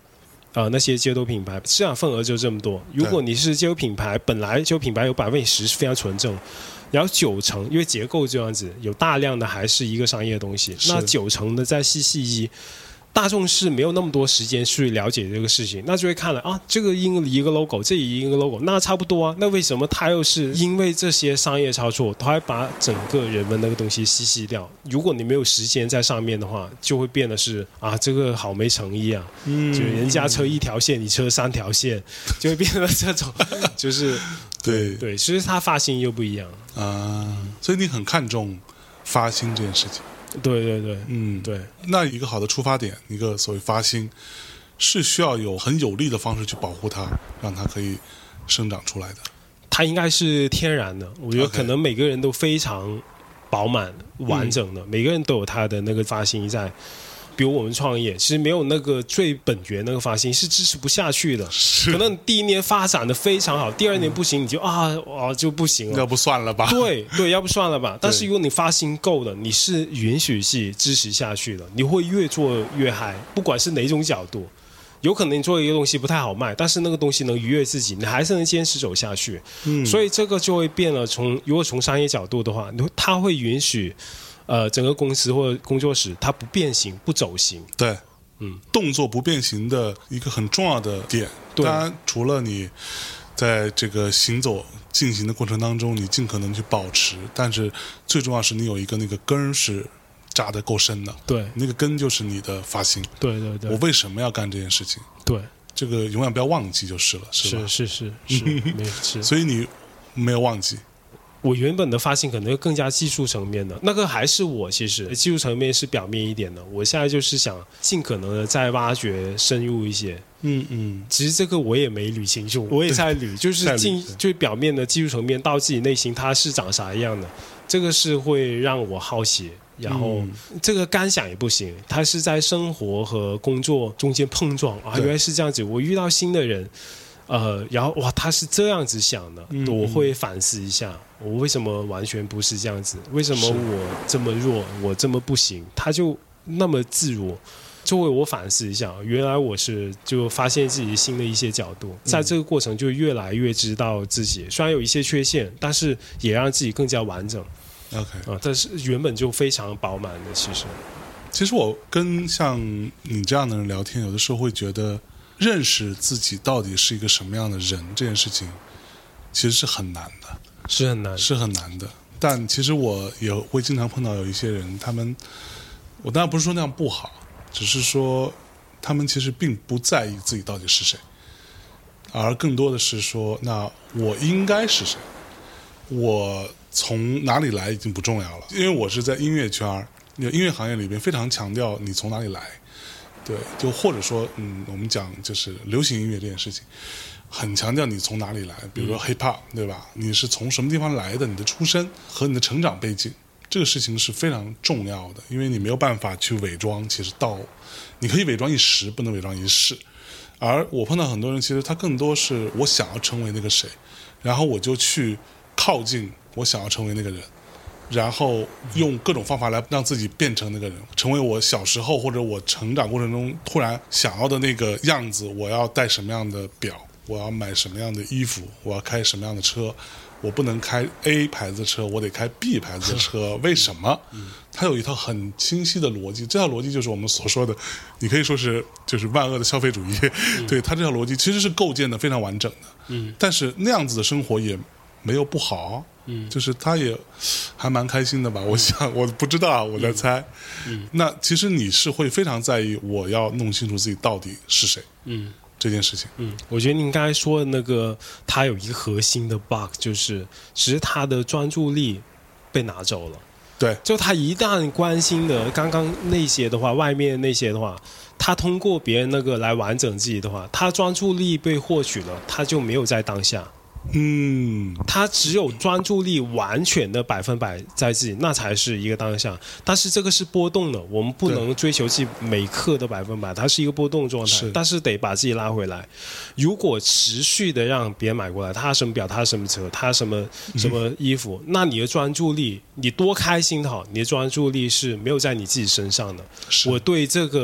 呃，那些街头品牌市场份额就这么多。如果你是街头品牌，本来街头品牌有百分之十是非常纯正，然后九成因为结构这样子，有大量的还是一个商业的东西，那九成的在细细一。大众是没有那么多时间去了解这个事情，那就会看了啊，这个印一个 logo， 这一个 logo， 那差不多啊。那为什么他又是因为这些商业操作，他会把整个人们那个东西稀释掉？如果你没有时间在上面的话，就会变得是啊，这个好没诚意啊。嗯，就人家车一条线，你车三条线，就会变得这种，就是对对，其实它发行又不一样啊，所以你很看重发行这件事情。 对对对， 嗯， 对。 那一个好的出发点，一个所谓发心，是需要有很有力的方式去保护它，让它可以生长出来的。 它应该是天然的，我觉得可能每个人都非常饱满、完整的，嗯、每个人都有他的那个发心在。比如我们创业，其实没有那个最本源那个发心是支持不下去的。可能第一年发展的非常好，第二年不行，你就啊啊就不行了。 要不算了吧？ 对对，要不算了吧。但是如果你发心够了，你是允许去支持下去的，你会越做越嗨，不管是哪种角度。有可能你做一个东西不太好卖，但是那个东西能愉悦自己，你还是能坚持走下去。嗯，所以这个就会变了。从如果从商业角度的话，它会允许。呃，整个公司或者工作室它不变形、不走形， 对，嗯，动作不变形的一个很重要的点。当然，除了你在这个行走进行的过程当中，你尽可能去保持，但是最重要是你有一个那个根是扎得够深的。 对， 那个根就是你的发心。 对对对， 我为什么要干这件事情？ 对， 这个永远不要忘记就是了，是吧？ 是是是是，没是。 所以你没有忘记。 我原本的发行可能更加技术层面的，那个还是我其实技术层面是表面一点的。我现在就是想尽可能的再挖掘深入一些。嗯嗯，其实这个我也没捋清楚，我也在捋，就是进就是表面的技术层面到自己内心它是长啥样的，这个是会让我好奇。然后这个干想也不行，它是在生活和工作中间碰撞啊，原来是这样子。我遇到新的人。呃，然后哇，他是这样子想的，嗯、我会反思一下，我为什么完全不是这样子？为什么我这么弱，我这么不行？他就那么自如，就为我反思一下，原来我是就发现自己新的一些角度，在这个过程就越来越知道自己，虽然有一些缺陷，但是也让自己更加完整。 OK 啊、呃，但是原本就非常饱满的，其实。 其实我跟像你这样的人聊天，有的时候会觉得。认识自己到底是一个什么样的人，这件事情其实是很难的， 是很难， 是很难的。但其实我也会经常碰到有一些人，他们，我当然不是说那样不好，只是说他们其实并不在意自己到底是谁，而更多的是说，那我应该是谁，我从哪里来已经不重要了，因为我是在音乐圈、音乐行业里边非常强调你从哪里来。对，就或者说，嗯，我们讲就是流行音乐这件事情，很强调你从哪里来，比如说 hip hop， 对吧？你是从什么地方来的？你的出身和你的成长背景，这个事情是非常重要的，因为你没有办法去伪装。其实到你可以伪装一时，不能伪装一世。而我碰到很多人，其实他更多是我想要成为那个谁，然后我就去靠近我想要成为那个人。然后用各种方法来让自己变成那个人，成为我小时候或者我成长过程中突然想要的那个样子。我要戴什么样的表，我要买什么样的衣服，我要开什么样的车，我不能开 A 牌子的车，我得开 B 牌子的车。为什么？它有一套很清晰的逻辑，这套逻辑就是我们所说的，你可以说是就是万恶的消费主义。对，它这套逻辑其实是构建的非常完整的。嗯，但是那样子的生活也没有不好。嗯，就是他也还蛮开心的吧？我想，我不知道，我在猜。嗯，那其实你是会非常在意，我要弄清楚自己到底是谁。嗯，这件事情。嗯， 我觉得您刚才说的那个，他有一个核心的 bug， 就是其实他的专注力被拿走了。 对， 就他一旦关心的刚刚那些的话，外面那些的话，他通过别人那个来完整自己的话，他专注力被获取了，他就没有在当下。嗯，他只有专注力完全的百分百在自己，那才是一个当下。但是这个是波动的，我们不能追求自己每刻的百分百，它是一个波动状态。但是得把自己拉回来。如果持续的让别人买过来，他什么表，他什么车，他什么什么衣服，嗯、那你的专注力，你多开心的好，你的专注力是没有在你自己身上的。我对这个。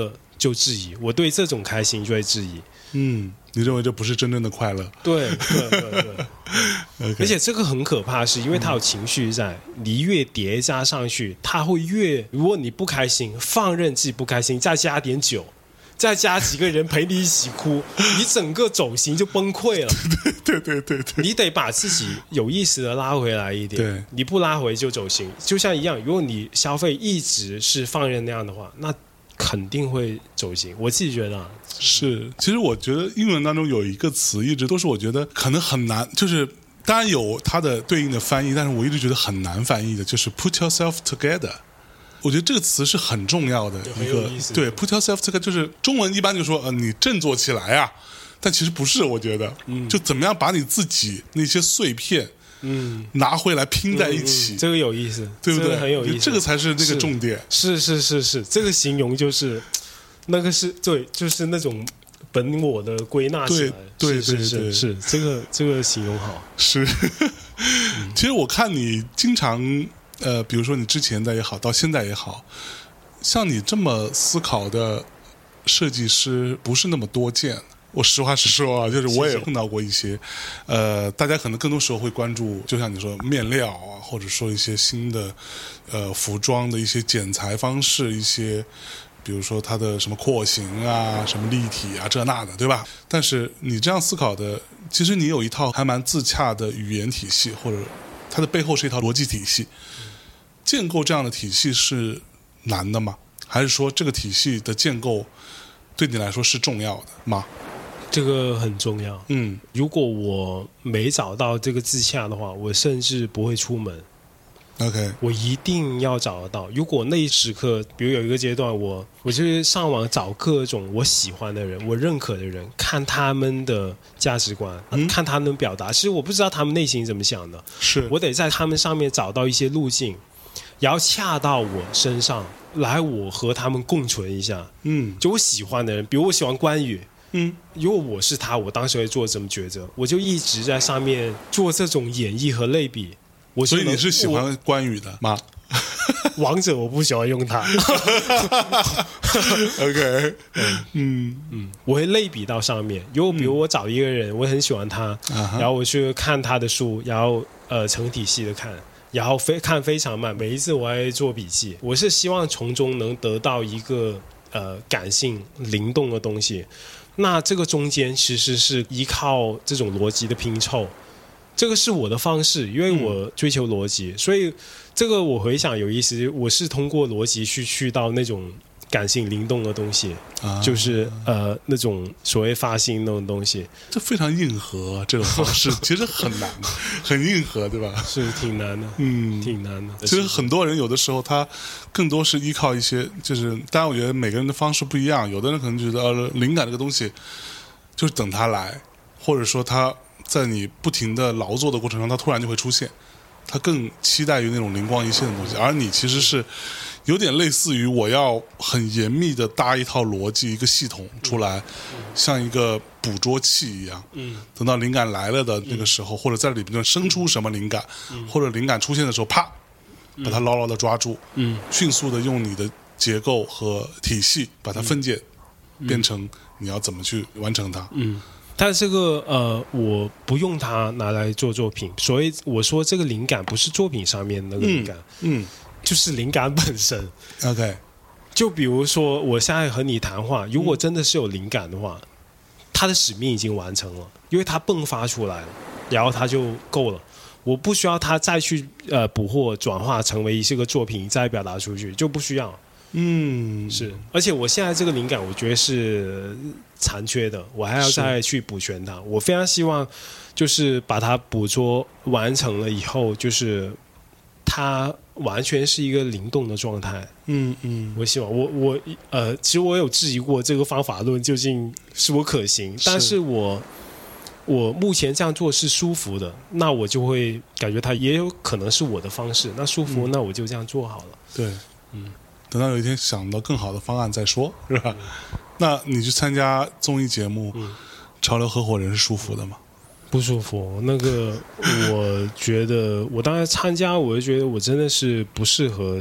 就质疑，我对这种开心就会质疑。 嗯，你认为这不是真正的快乐？ 对对对对, 对okay. 而且这个很可怕，是因为它有情绪在，嗯、你越叠加上去，它会越，如果你不开心，放任自己不开心，再加点酒，再加几个人陪你一起哭，你整个走形就崩溃了。 对对对对对， 你得把自己有意识的拉回来一点， 对， 你不拉回就走形。就像一样，如果你消费一直是放任那样的话，那肯定会走形。我自己觉得、啊、 是。其实我觉得英文当中有一个词一直都是我觉得可能很难，就是当然有它的对应的翻译，但是我一直觉得很难翻译的，就是 put yourself together。我觉得这个词是很重要的一个，对 put yourself together， 就是中文一般就说呃你振作起来啊，但其实不是，我觉得、嗯、就怎么样把你自己那些碎片嗯，拿回来拼在一起、嗯嗯、 这个有意思， 对不对？ 这个很有意思， 这个才是那个重点。 是是是是，这个形容就是那个是对，就是那种本我的归纳起来。 对对对对， 是是 是, 是这个这个形容好。 是，其实我看你经常呃，比如说你之前的也好，到现在也好，像你这么思考的设计师不是那么多见。我实话实说啊，就是我也碰到过一些，呃，大家可能更多时候会关注，就像你说面料啊，或者说一些新的，呃，服装的一些剪裁方式，一些，比如说它的什么廓形啊，什么立体啊，这那的，对吧？但是你这样思考的，其实你有一套还蛮自洽的语言体系，或者它的背后是一套逻辑体系。建构这样的体系是难的吗？还是说这个体系的建构对你来说是重要的吗？ 这个很重要。 嗯， 如果我没找到这个自洽的话，我甚至不会出门。 OK， 我一定要找得到。如果那一时刻，比如有一个阶段，我我就是上网找各种我喜欢的人，我认可的人，看他们的价值观，嗯、看他们表达。其实我不知道他们内心怎么想的， 是我得在他们上面找到一些路径，然后恰到我身上来，我和他们共存一下。 嗯， 就我喜欢的人，比如我喜欢关羽。 嗯， 如果我是他，我当时会做什么抉择？我就一直在上面做这种演绎和类比。我所以你是喜欢关羽的吗？ 王者我不喜欢用它。 OK， 嗯嗯，我会类比到上面。如果比如我找一个人，我很喜欢他， 嗯、 然后我去看他的书，然后呃成体系的看，然后非看非常慢，每一次我还做笔记。我是希望从中能得到一个呃感性灵动的东西。那这个中间其实是依靠这种逻辑的拼凑，这个是我的方式，因为我追求逻辑，嗯、所以这个我回想有意思，我是通过逻辑去去到那种感性灵动的东西，啊、就是呃那种所谓发心那种东西， 这非常硬核，这种方式其实很难，很硬核，对吧？ 是挺难的，嗯，挺难的。 其实很多人有的时候他更多是依靠一些，就是当然我觉得每个人的方式不一样，有的人可能觉得呃灵感这个东西就是等它来，或者说他在你不停的劳作的过程中，它突然就会出现，他更期待于那种灵光一现的东西，而你其实是有点类似于我要很严密的搭一套逻辑一个系统出来，嗯、像一个捕捉器一样，嗯、等到灵感来了的那个时候，嗯、或者在里面生出什么灵感，嗯、或者灵感出现的时候，啪，把它牢牢的抓住，嗯、迅速的用你的结构和体系把它分解，嗯、变成你要怎么去完成它。 嗯但这个呃，我不用它拿来做作品，所以我说这个灵感不是作品上面那个灵感， 嗯，嗯就是灵感本身。 OK， 就比如说我现在和你谈话，如果真的是有灵感的话，它的使命已经完成了，因为它迸发出来了，然后它就够了，我不需要它再去呃捕获转化成为一个作品再表达出去，就不需要。 嗯， 是，而且我现在这个灵感，我觉得是残缺的，我还要再去补全它。我非常希望，就是把它捕捉完成了以后，就是它完全是一个灵动的状态。 嗯嗯， 我希望我我呃，其实我有质疑过这个方法论究竟是否可行，但是我我目前这样做是舒服的，那我就会感觉它也有可能是我的方式，那舒服，嗯、那我就这样做好了。 对，嗯。等到有一天想到更好的方案再说，是吧？嗯、那你去参加综艺节目，嗯、潮流合伙人是舒服的吗？ 不舒服。那个，我觉得我当时参加，我就觉得我真的是不适合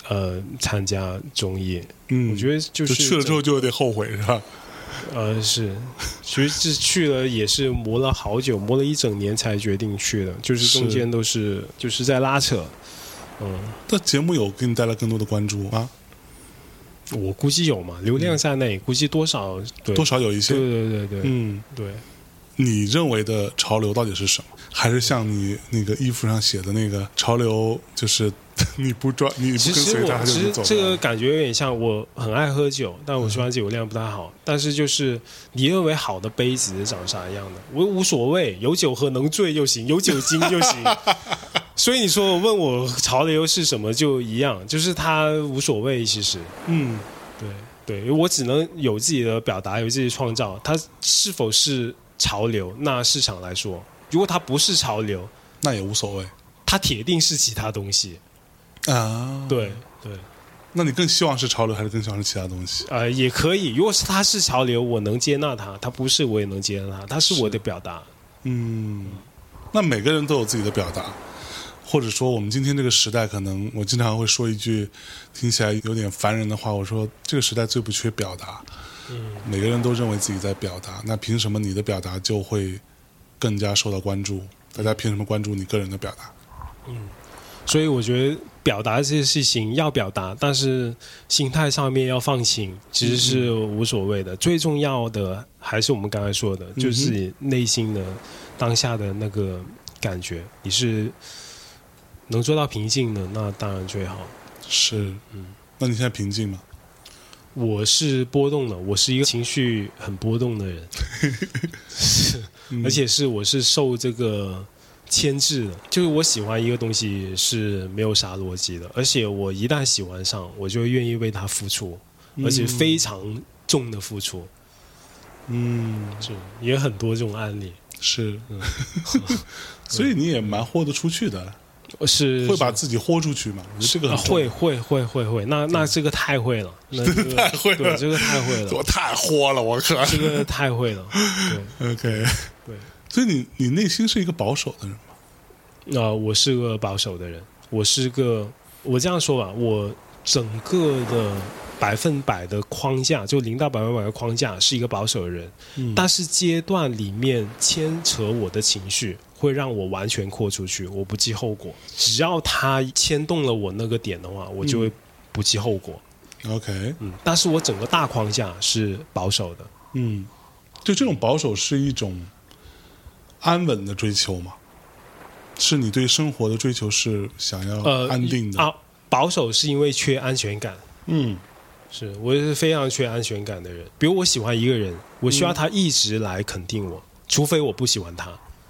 呃参加综艺。 嗯， 我觉得就是就去了之后就有点后悔，是吧？ 呃，是，其实去了也是磨了好久，磨了一整年才决定去的，就是中间都是就是在拉扯。嗯， 那节目有给你带来更多的关注吗？ 我估计有嘛，流量在内，嗯、估计多少对多少有一些。 对对对对，嗯，对。 你认为的潮流到底是什么？还是像你那个衣服上写的那个潮流，就是你不抓你不跟随它， 其实这个感觉有点像，我很爱喝酒，但我说酒量不太好。嗯、但是就是你认为好的杯子长啥样的，我无所谓，有酒喝能醉就行，有酒精就行。所以你说我问我潮流是什么就一样，就是它无所谓，其实，嗯，对对，我只能有自己的表达，有自己的创造，它是否是潮流？那市场来说，如果它不是潮流， 那也无所谓， 它铁定是其他东西啊。 对对， 那你更希望是潮流，还是更希望是其他东西？ 呃，也可以。如果是它是潮流，我能接纳它；它不是，我也能接纳它。它是我的表达。 嗯，那每个人都有自己的表达。或者说我们今天这个时代，可能我经常会说一句听起来有点烦人的话，我说这个时代最不缺表达。嗯，每个人都认为自己在表达，那凭什么你的表达就会更加受到关注？大家凭什么关注你个人的表达？ 嗯，所以我觉得表达这些事情要表达，但是心态上面要放轻，其实是无所谓的。嗯、最重要的还是我们刚才说的，就是你内心的当下的那个感觉，你是能做到平静的，那当然最好。 是，嗯，那你现在平静吗？ 我是波动的，我是一个情绪很波动的人，是，嗯、而且是我是受这个牵制的，就是我喜欢一个东西是没有啥逻辑的，而且我一旦喜欢上，我就愿意为它付出，而且非常重的付出。嗯，是，也很多这种案例。 是，嗯、所以你也蛮豁得出去的。 是会把自己豁出去嘛？我觉得这个很会会会会会，那那这个太会了，那、这个、 太会了， 对，这个太会了， 我太豁了，我靠， 这个太会了。对 ，OK， 对， 所以你你内心是一个保守的人吗？ 啊、呃，我是个保守的人，我是个，我这样说吧，我整个的百分百的框架，就零到百分百的框架是一个保守的人，嗯、但是阶段里面牵扯我的情绪。会让我完全豁出去，我不计后果。只要他牵动了我那个点的话，我就会不计后果。 嗯、OK， 嗯，但是我整个大框架是保守的。 嗯，就这种保守是一种安稳的追求吗？是你对生活的追求是想要安定的、 呃、啊？保守是因为缺安全感。 嗯， 是我是非常缺安全感的人。比如我喜欢一个人，我需要他一直来肯定我，嗯、除非我不喜欢他。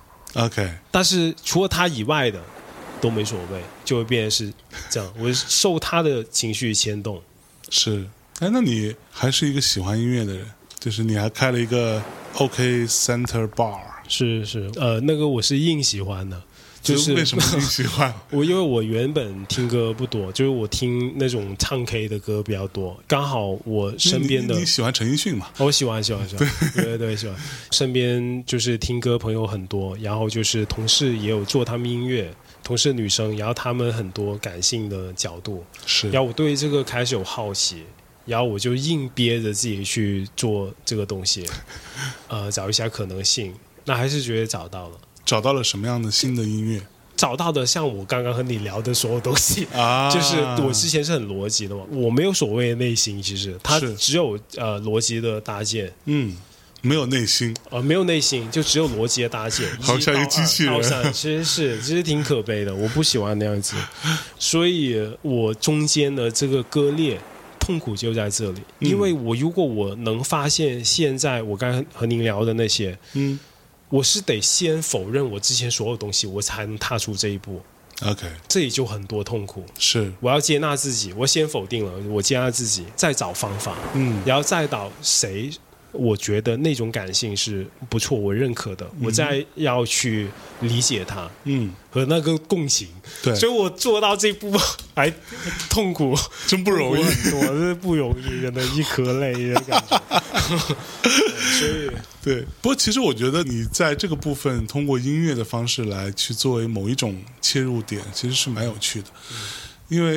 OK， 但是除了他以外的都没所谓，就会变成是这样。我受他的情绪牵动。 是，哎，那你还是一个喜欢音乐的人，就是你还开了一个 OK Center Bar。 是是，呃，那个我是硬喜欢的。就是为什么你喜欢我？因为我原本听歌不多，就是我听那种唱 K 的歌比较多。刚好我身边的你, 你喜欢陈奕迅嘛？ 我喜欢喜欢喜欢，对对对喜欢。身边就是听歌朋友很多，然后就是同事也有做他们音乐，同事女生，然后他们很多感性的角度， 是。 然后我对这个开始有好奇，然后我就硬憋着自己去做这个东西，呃，找一下可能性。那还是觉得找到了。 找到了什么样的新的音乐？ 找到的像我刚刚和你聊的所有东西啊， 就是我之前是很逻辑的嘛，我没有所谓的内心，其实它只有呃逻辑的搭建， 嗯，没有内心， 呃，没有内心，就只有逻辑的搭建， 好像一个机器人， 其实是其实挺可悲的，我不喜欢那样子，所以我中间的这个割裂。痛苦就在这里，因为我如果我能发现现在我刚才和您聊的那些，嗯。我是得先否认我之前所有东西，我才能踏出这一步。 OK， 这里就很多痛苦。 是， 我要接纳自己，我先否定了，我接纳自己，再找方法，嗯，然后再找谁，我觉得那种感性是不错，我认可的，嗯、我再要去理解它，嗯，和那个共情。 对， 所以我做到这步还痛苦， 真不容易， 很多是不容易，真的一颗泪的感觉。所以。 对，不过其实我觉得你在这个部分通过音乐的方式来去作为某一种切入点，其实是蛮有趣的。嗯、因为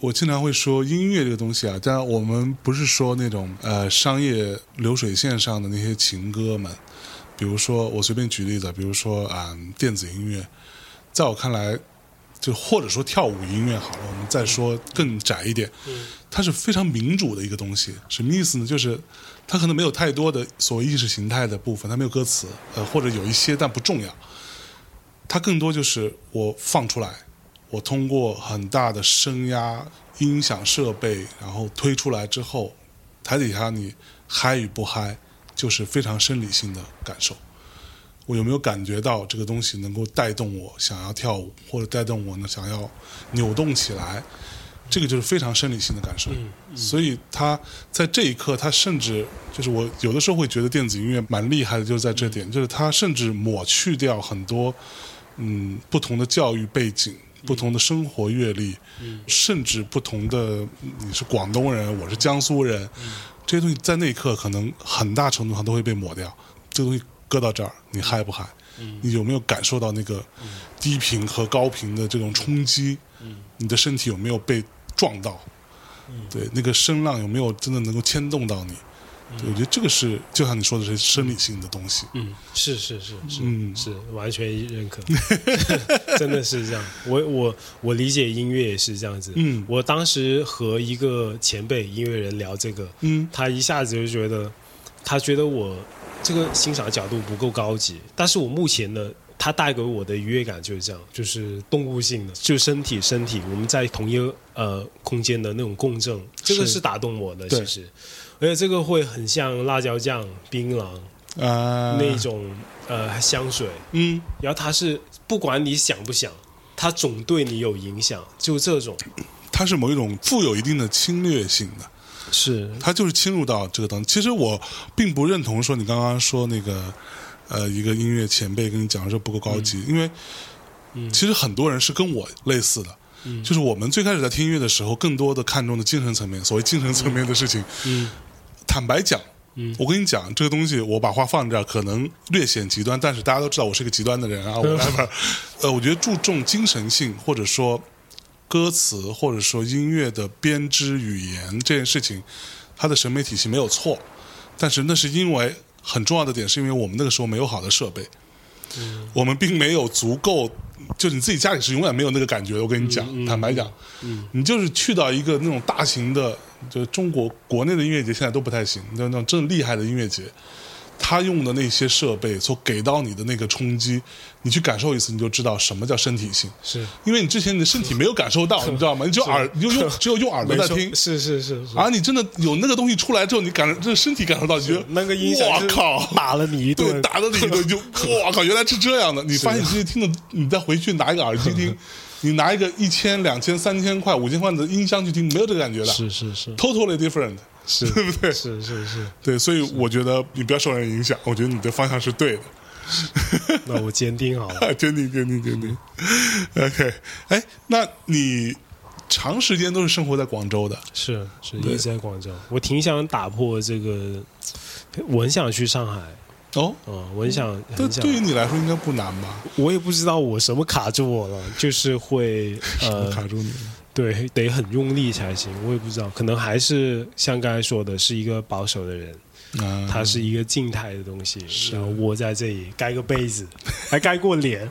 我经常会说音乐这个东西啊，当然我们不是说那种呃商业流水线上的那些情歌们，比如说我随便举例子，比如说啊、嗯、电子音乐，在我看来，就或者说跳舞音乐好了，我们再说更窄一点，它是非常民主的一个东西。什么意思呢？就是它可能没有太多的所谓意识形态的部分，它没有歌词，呃，或者有一些但不重要。它更多就是我放出来，我通过很大的声压音响设备，然后推出来之后，台底下你嗨与不嗨，就是非常生理性的感受。我有没有感觉到这个东西能够带动我想要跳舞，或者带动我呢想要扭动起来？这个就是非常生理性的感受。 嗯嗯、 所以他在这一刻，他甚至就是我有的时候会觉得电子音乐蛮厉害的，就是在这点，嗯、就是他甚至抹去掉很多嗯不同的教育背景。不同的生活阅历，嗯、甚至不同的你是广东人，我是江苏人，嗯、这些东西在那一刻可能很大程度上都会被抹掉。这个东西搁到这儿，你嗨不嗨？嗯、你有没有感受到那个低频和高频的这种冲击？嗯、你的身体有没有被撞到？嗯、对，那个声浪有没有真的能够牵动到你？对，我觉得这个是就像你说的是生理性的东西。 嗯，是是是是， 嗯， 是完全认可，真的是这样。我我我理解音乐也是这样子。嗯，我当时和一个前辈音乐人聊这个，嗯，他一下子就觉得，他觉得我这个欣赏角度不够高级，但是我目前呢，他带给我的愉悦感就是这样，就是动物性的，就身体身体我们在同一个呃空间的那种共振，这个是打动我的，其实。而且这个会很像辣椒酱、槟榔啊、呃、那种呃香水，嗯，然后它是不管你想不想，它总对你有影响，就这种， 它是某一种富有一定的侵略性的， 是它就是侵入到这个当中。其实我并不认同说你刚刚说那个呃一个音乐前辈跟你讲说不够高级，嗯、因为、嗯、其实很多人是跟我类似的。嗯、就是我们最开始在听音乐的时候，更多的看重的精神层面，所谓精神层面的事情。嗯，坦白讲，嗯，我跟你讲，这个东西我把话放这儿，可能略显极端，但是大家都知道我是个极端的人啊。我呃，我觉得注重精神性，或者说歌词，或者说音乐的编织语言这件事情，它的审美体系没有错，但是那是因为很重要的点，是因为我们那个时候没有好的设备。嗯、我们并没有足够，就你自己家里是永远没有那个感觉的。我跟你讲，嗯嗯、坦白讲，嗯、你就是去到一个那种大型的，就中国国内的音乐节现在都不太行，那种真厉害的音乐节，他用的那些设备所给到你的那个冲击，你去感受一次，你就知道什么叫身体性。 是因为你之前你的身体没有感受到，你知道吗？你就耳，你就用只有用耳朵在听。 是是是是。 而你真的有那个东西出来之后，你感这身体感受到，你觉得那个音响， 我靠， 打了你一顿， 对，打了你一顿，就哇靠，原来是这样的。你发现你自己听的，你再回去拿一个耳机听。你拿一个一千、两千、三千块、五千块的音箱去听，没有这个感觉的。 是是是 ，totally different， 是对不对？ 是是是， 对，所以我觉得你不要受人影响，我觉得你的方向是对的。 那我坚定好了， 坚定坚定坚定。OK， 哎，那你长时间都是生活在广州的？ 是是，一直在广州。我挺想打破这个，我很想去上海。 哦， 嗯，我很想， 这对于你来说应该不难吧？ 我也不知道我什么卡住我了，就是会呃卡住你了， 对，得很用力才行。我也不知道，可能还是像刚才说的，是一个保守的人，啊、它是一个静态的东西，然后窝在这里盖个被子，还盖过脸，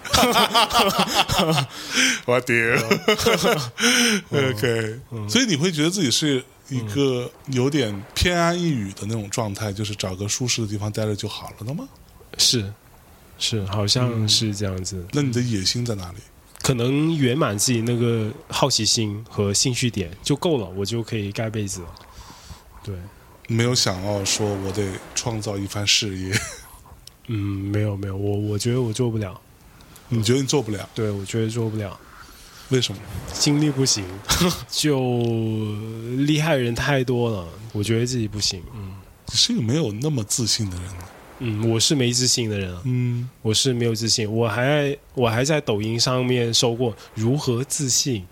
我丢，OK，、嗯、所以你会觉得自己是一个有点偏安一隅的那种状态，就是找个舒适的地方待着就好了的吗？ 是，是，好像是这样子。 嗯、那你的野心在哪里？ 可能圆满自己那个好奇心和兴趣点就够了，我就可以盖被子了。对， 没有想要说我得创造一番事业。 嗯，没有没有，我我觉得我做不了。 你觉得你做不了？ 对，我觉得做不了。 为什么？ 精力不行，就厉害人太多了，我觉得自己不行。嗯， 你是一个没有那么自信的人。 嗯，我是没自信的人。 嗯， 我是没有自信，我还我还在抖音上面搜过如何自信。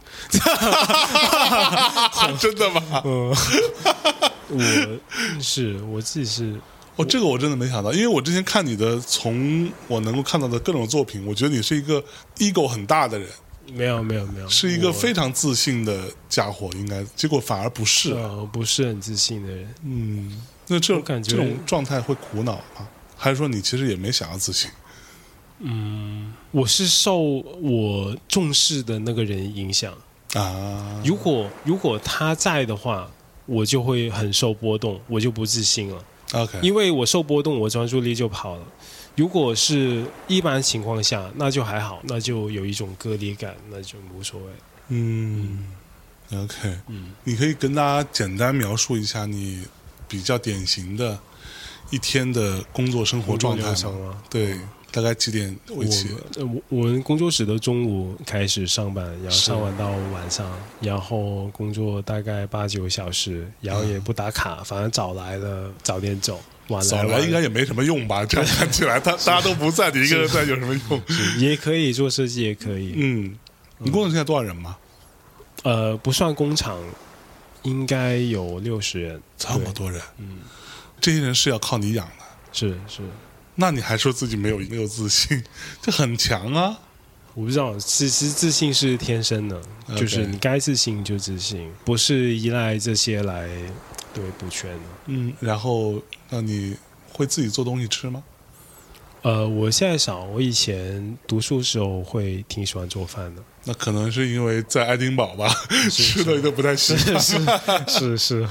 真的吗？ 嗯，我是我自己是。 哦，这个我真的没想到，因为我之前看你的，从我能够看到的各种作品，我觉得你是一个 ego 很大的人。 没有没有没有， 是一个非常自信的家伙，应该结果反而不是， 呃，不是很自信的人。 嗯，那这种感觉这种状态会苦恼吗？还是说你其实也没想要自信？ 嗯，我是受我重视的那个人影响啊。 如果如果他在的话，我就会很受波动，我就不自信了。 OK， 因为我受波动，我专注力就跑了。如果是一般情况下，那就还好，那就有一种割裂感，那就无所谓。 嗯 ，OK， 嗯， 你可以跟大家简单描述一下你比较典型的一天的工作生活状态吗？对，大概几点回去？ 我我我们工作室的中午开始上班，然后上完到晚上，然后工作大概八九小时，然后也不打卡，嗯、反正早来了早点走。 早来应该也没什么用吧？这样看起来，他大家都不在，你一个人在有什么用？ 也可以做设计，也可以。 嗯，你工作现在多少人吗？ 呃，不算工厂，应该有六十人。 这么多人， 嗯， 这些人是要靠你养的。 是是， 那你还说自己没有没有自信，这很强啊！ 我不知道，其实自信是天生的， okay. 就是你该自信就自信，不是依赖这些来对补全的。 嗯，然后那你会自己做东西吃吗？ 呃，我现在少，我以前读书时候会挺喜欢做饭的。 那可能是因为在爱丁堡吧，吃的都不太习惯。 是是是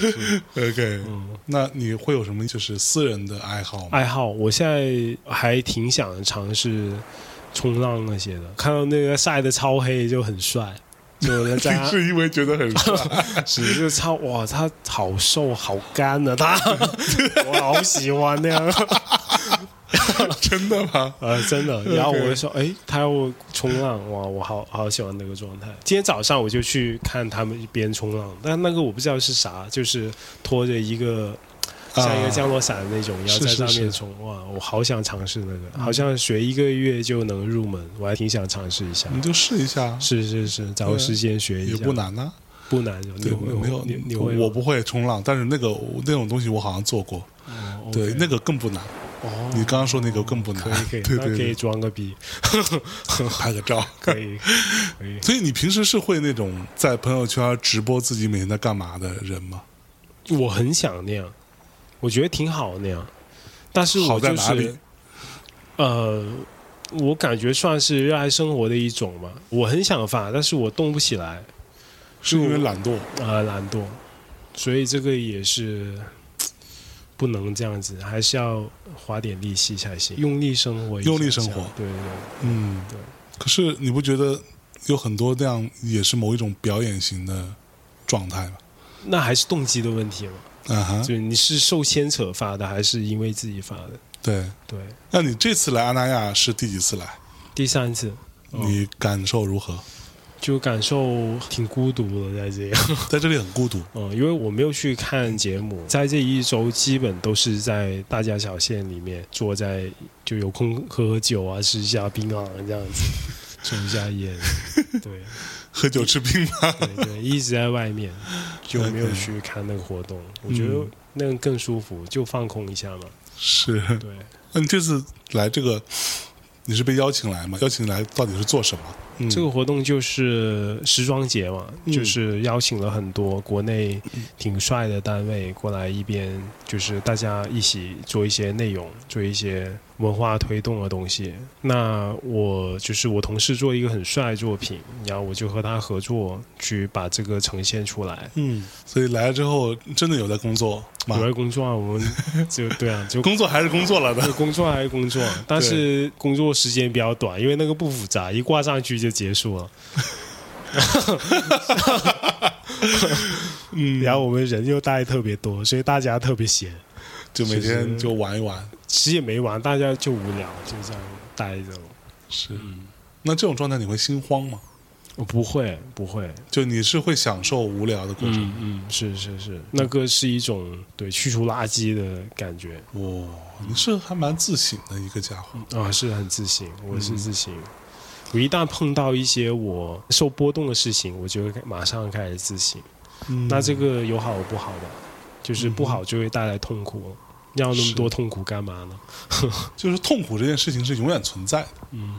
，OK，嗯，那你会有什么就是私人的爱好吗？ 爱好，我现在还挺想尝试冲浪那些的，看到那个晒得超黑就很帅。就在是因为觉得很帅， 是就超哇，他好瘦好干的、啊、他，我好喜欢那样。 真的吗？ 呃，真的。然后我就说，哎，他要冲浪，哇，我好好喜欢那个状态。今天早上我就去看他们一边冲浪，但那个我不知道是啥，就是拖着一个像一个降落伞的那种，然后在上面冲。哇，我好想尝试那个，好像学一个月就能入门，我还挺想尝试一下。 你就试一下。 是是是，找个时间学一下， 也不难啊， 不难。 对，没有你你会？ 我不会冲浪，但是那个那种东西我好像做过。 哦， 对，那个更不难。哦，你刚刚说那个更不难， 可以可以， 对对对， 那可以装个逼， 拍个照， 可以可以。 所以你平时是会那种在朋友圈直播自己每天在干嘛的人吗？ 我很想那样，我觉得挺好那样，但是我就是好在哪里？ 呃，我感觉算是热爱生活的一种嘛。我很想发，但是我动不起来， 是因为懒惰啊、呃，懒惰，所以这个也是。不能这样子，还是要花点力气才行。用力生活， 用力生活， 对对对， 嗯，对。可是你不觉得有很多这样也是某一种表演型的状态吗？ 那还是动机的问题嘛。 啊哈， 就你是受牵扯发的，还是因为自己发的？ 对对。 那你这次来阿那亚是第几次来？ 第三次。 你感受如何？ 就感受挺孤独的，在这样， 在这里很孤独。 嗯，因为我没有去看节目，在这一周基本都是在大家小县里面坐在，就有空喝喝酒啊，吃一下槟榔这样子，抽一下烟，对， 喝酒吃槟榔， 对对，一直在外面，就没有去看那个活动。我觉得那个更舒服，就放空一下嘛。 是， 对。 那你这次来这个，你是被邀请来吗？邀请来到底是做什么？ 嗯、这个活动就是时装节嘛、嗯，就是邀请了很多国内挺帅的单位过来，一边就是大家一起做一些内容，做一些文化推动的东西。那我就是我同事做一个很帅的作品，然后我就和他合作去把这个呈现出来。 嗯，所以来了之后真的有在工作吗？ 有在工作啊，我们就对啊，就工作还是工作了的， 工作还是工作，但是工作时间比较短，因为那个不复杂，一挂上去就结束了。嗯，然后我们人又带特别多，所以大家特别闲， 就每天就玩一玩。 其实也没玩，大家就无聊，就这样待着。 是，嗯、那这种状态你会心慌吗？ 我不会，不会。 就你是会享受无聊的过程？ 嗯嗯，是是是，那个是一种对去除垃圾的感觉。 哇、哦，你是还蛮自省的一个家伙啊、嗯，是很自省，我是自省。嗯，我一旦碰到一些我受波动的事情，我就会马上开始自省。嗯，那这个有好有不好的，就是不好就会带来痛苦。嗯，要那么多痛苦干嘛呢？ 就是痛苦这件事情是永远存在的。 嗯，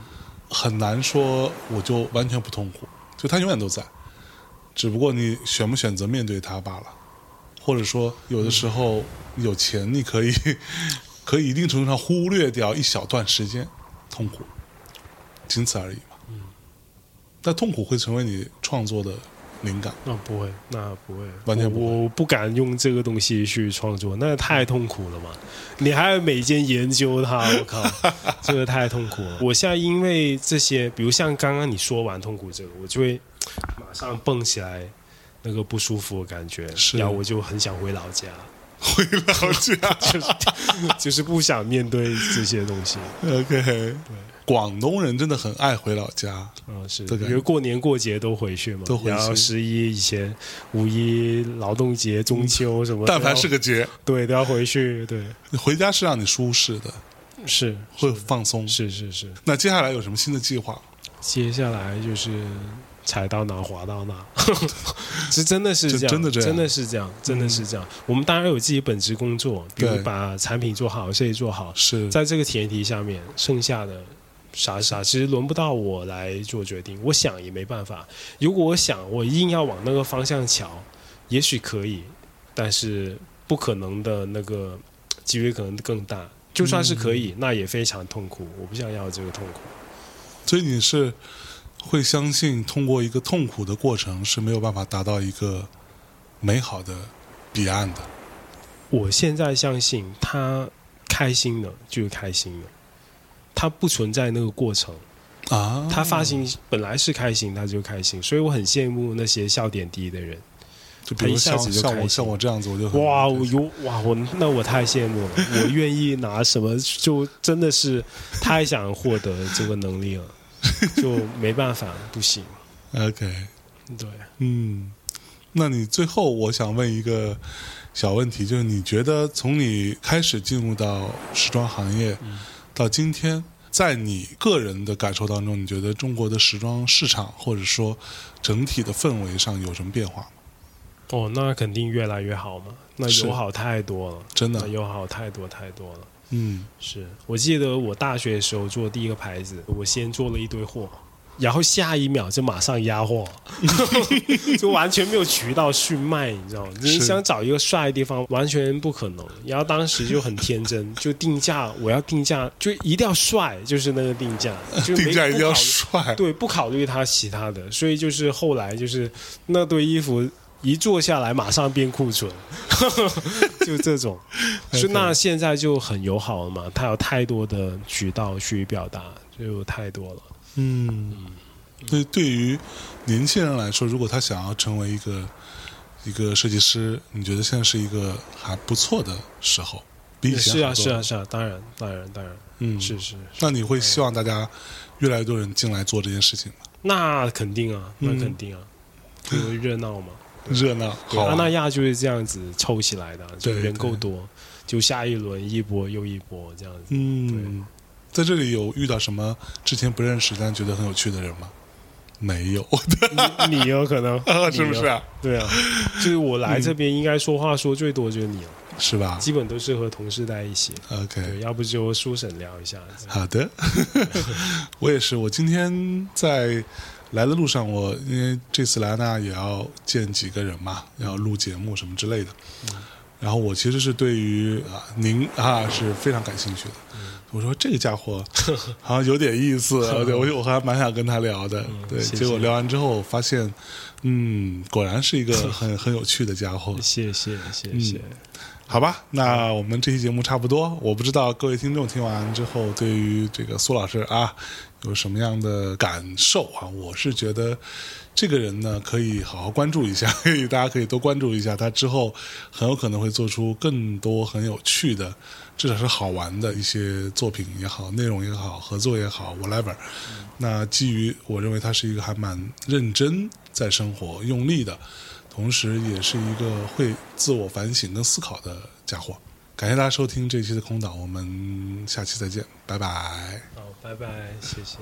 很难说我就完全不痛苦，就它永远都在，只不过你选不选择面对它罢了。或者说有的时候有钱你可以可以一定程度上忽略掉一小段时间痛苦，仅此而已嘛。嗯，但痛苦会成为你创作的灵感？ 那不会，那不会， 完全不会。 我, 我不敢用这个东西去创作，那太痛苦了嘛！你还要每天研究它，我靠，这个太痛苦了。我现在因为这些，比如像刚刚你说完痛苦这个，我就会马上蹦起来那个不舒服的感觉，然后我就很想回老家。 回老家就是就是不想面对这些东西。 OK， 对，广东人真的很爱回老家， 嗯，是，因为过年过节都回去嘛，都回去。然后十一以前、五一、劳动节、中秋什么， 但凡是个节， 对，都要回去。对， 回家是让你舒适的， 是会放松， 是是是。 那接下来有什么新的计划？ 接下来就是踩到哪滑到哪，这真的是这样， 真的这样， 真的是这样，真的是这样。嗯、我们当然有自己本职工作，比如把产品做好，设计做好。 是在这个前提下面，剩下的啥啥其实轮不到我来做决定。我想也没办法。如果我想，我硬要往那个方向瞧，也许可以，但是不可能的那个机会可能更大。就算是可以，嗯、那也非常痛苦。我不想要这个痛苦。 所以你是会相信通过一个痛苦的过程是没有办法达到一个美好的彼岸的？ 我现在相信他开心了就是开心了，他不存在那个过程啊。他发行本来是开心他就开心，所以我很羡慕那些笑点低的人， 就比如像像我像我这样子，我就很哇我有哇我那我太羡慕了，我愿意拿什么就真的是太想获得这个能力了。就没办法，不行。 OK， 对， 嗯，那你最后我想问一个小问题，就是你觉得从你开始进入到时装行业、嗯、到今天，在你个人的感受当中，你觉得中国的时装市场或者说整体的氛围上有什么变化吗？ 哦，那肯定越来越好嘛，那友好太多了， 真的友好太多太多了。 嗯， 是我记得我大学的时候做第一个牌子，我先做了一堆货，然后下一秒就马上压货，就完全没有渠道去卖，你知道吗？你想找一个帅的地方完全不可能。然后当时就很天真，就定价，我要定价就一定要帅，就是那个定价，就定价一定要帅， 对，不考虑他其他的。所以就是后来就是那堆衣服。一做下来马上变库存就这种所以那现在就很友好了嘛，它有太多的渠道去表达，就有太多了。 嗯，对，对于年轻人来说，如果他想要成为一个一个设计师，你觉得现在是一个还不错的时候？比以前是啊是啊是啊，当然当然当然，嗯，是 是, 是。 那你会希望大家越来越多人进来做这件事情吗？ 那肯定啊，那肯定啊，因为热闹嘛。 热闹， 对，阿那亚就是这样子凑起来的，就人够多，就下一轮一波又一波这样子。 嗯，在这里有遇到什么之前不认识但觉得很有趣的人吗？没有， 你, 你有可能啊，是不是啊？ 对啊，就是我来这边应该说话说最多就是你了， 是吧？ 基本都是和同事在一起。 OK， 对，要不就书审聊一下。 好的，我也是，我今天在。来的路上，我因为这次来呢也要见几个人嘛，要录节目什么之类的。嗯、然后我其实是对于啊您啊是非常感兴趣的。嗯、我说这个家伙好像有点意思，对我我还蛮想跟他聊的。嗯、对， 谢谢， 结果聊完之后发现，嗯，果然是一个很很有趣的家伙。 谢谢谢谢。 嗯好吧，那我们这期节目差不多。我不知道各位听众听完之后，对于这个苏老师啊，有什么样的感受啊？我是觉得这个人呢，可以好好关注一下，大家可以多关注一下，他之后很有可能会做出更多很有趣的，至少是好玩的一些作品也好，内容也好，合作也好 ，whatever。嗯、那基于我认为他是一个还蛮认真在生活、用力的。同时也是一个会自我反省跟思考的家伙。感谢大家收听这一期的空岛，我们下期再见，拜拜。 好，拜拜，谢谢。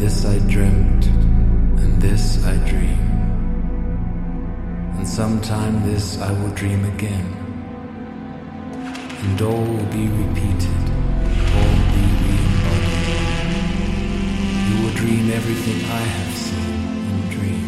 this I dreamt, and this I dream, and sometime this I will dream again, and all will be repeated, all be re-embodied. You will dream everything I have seen in dream.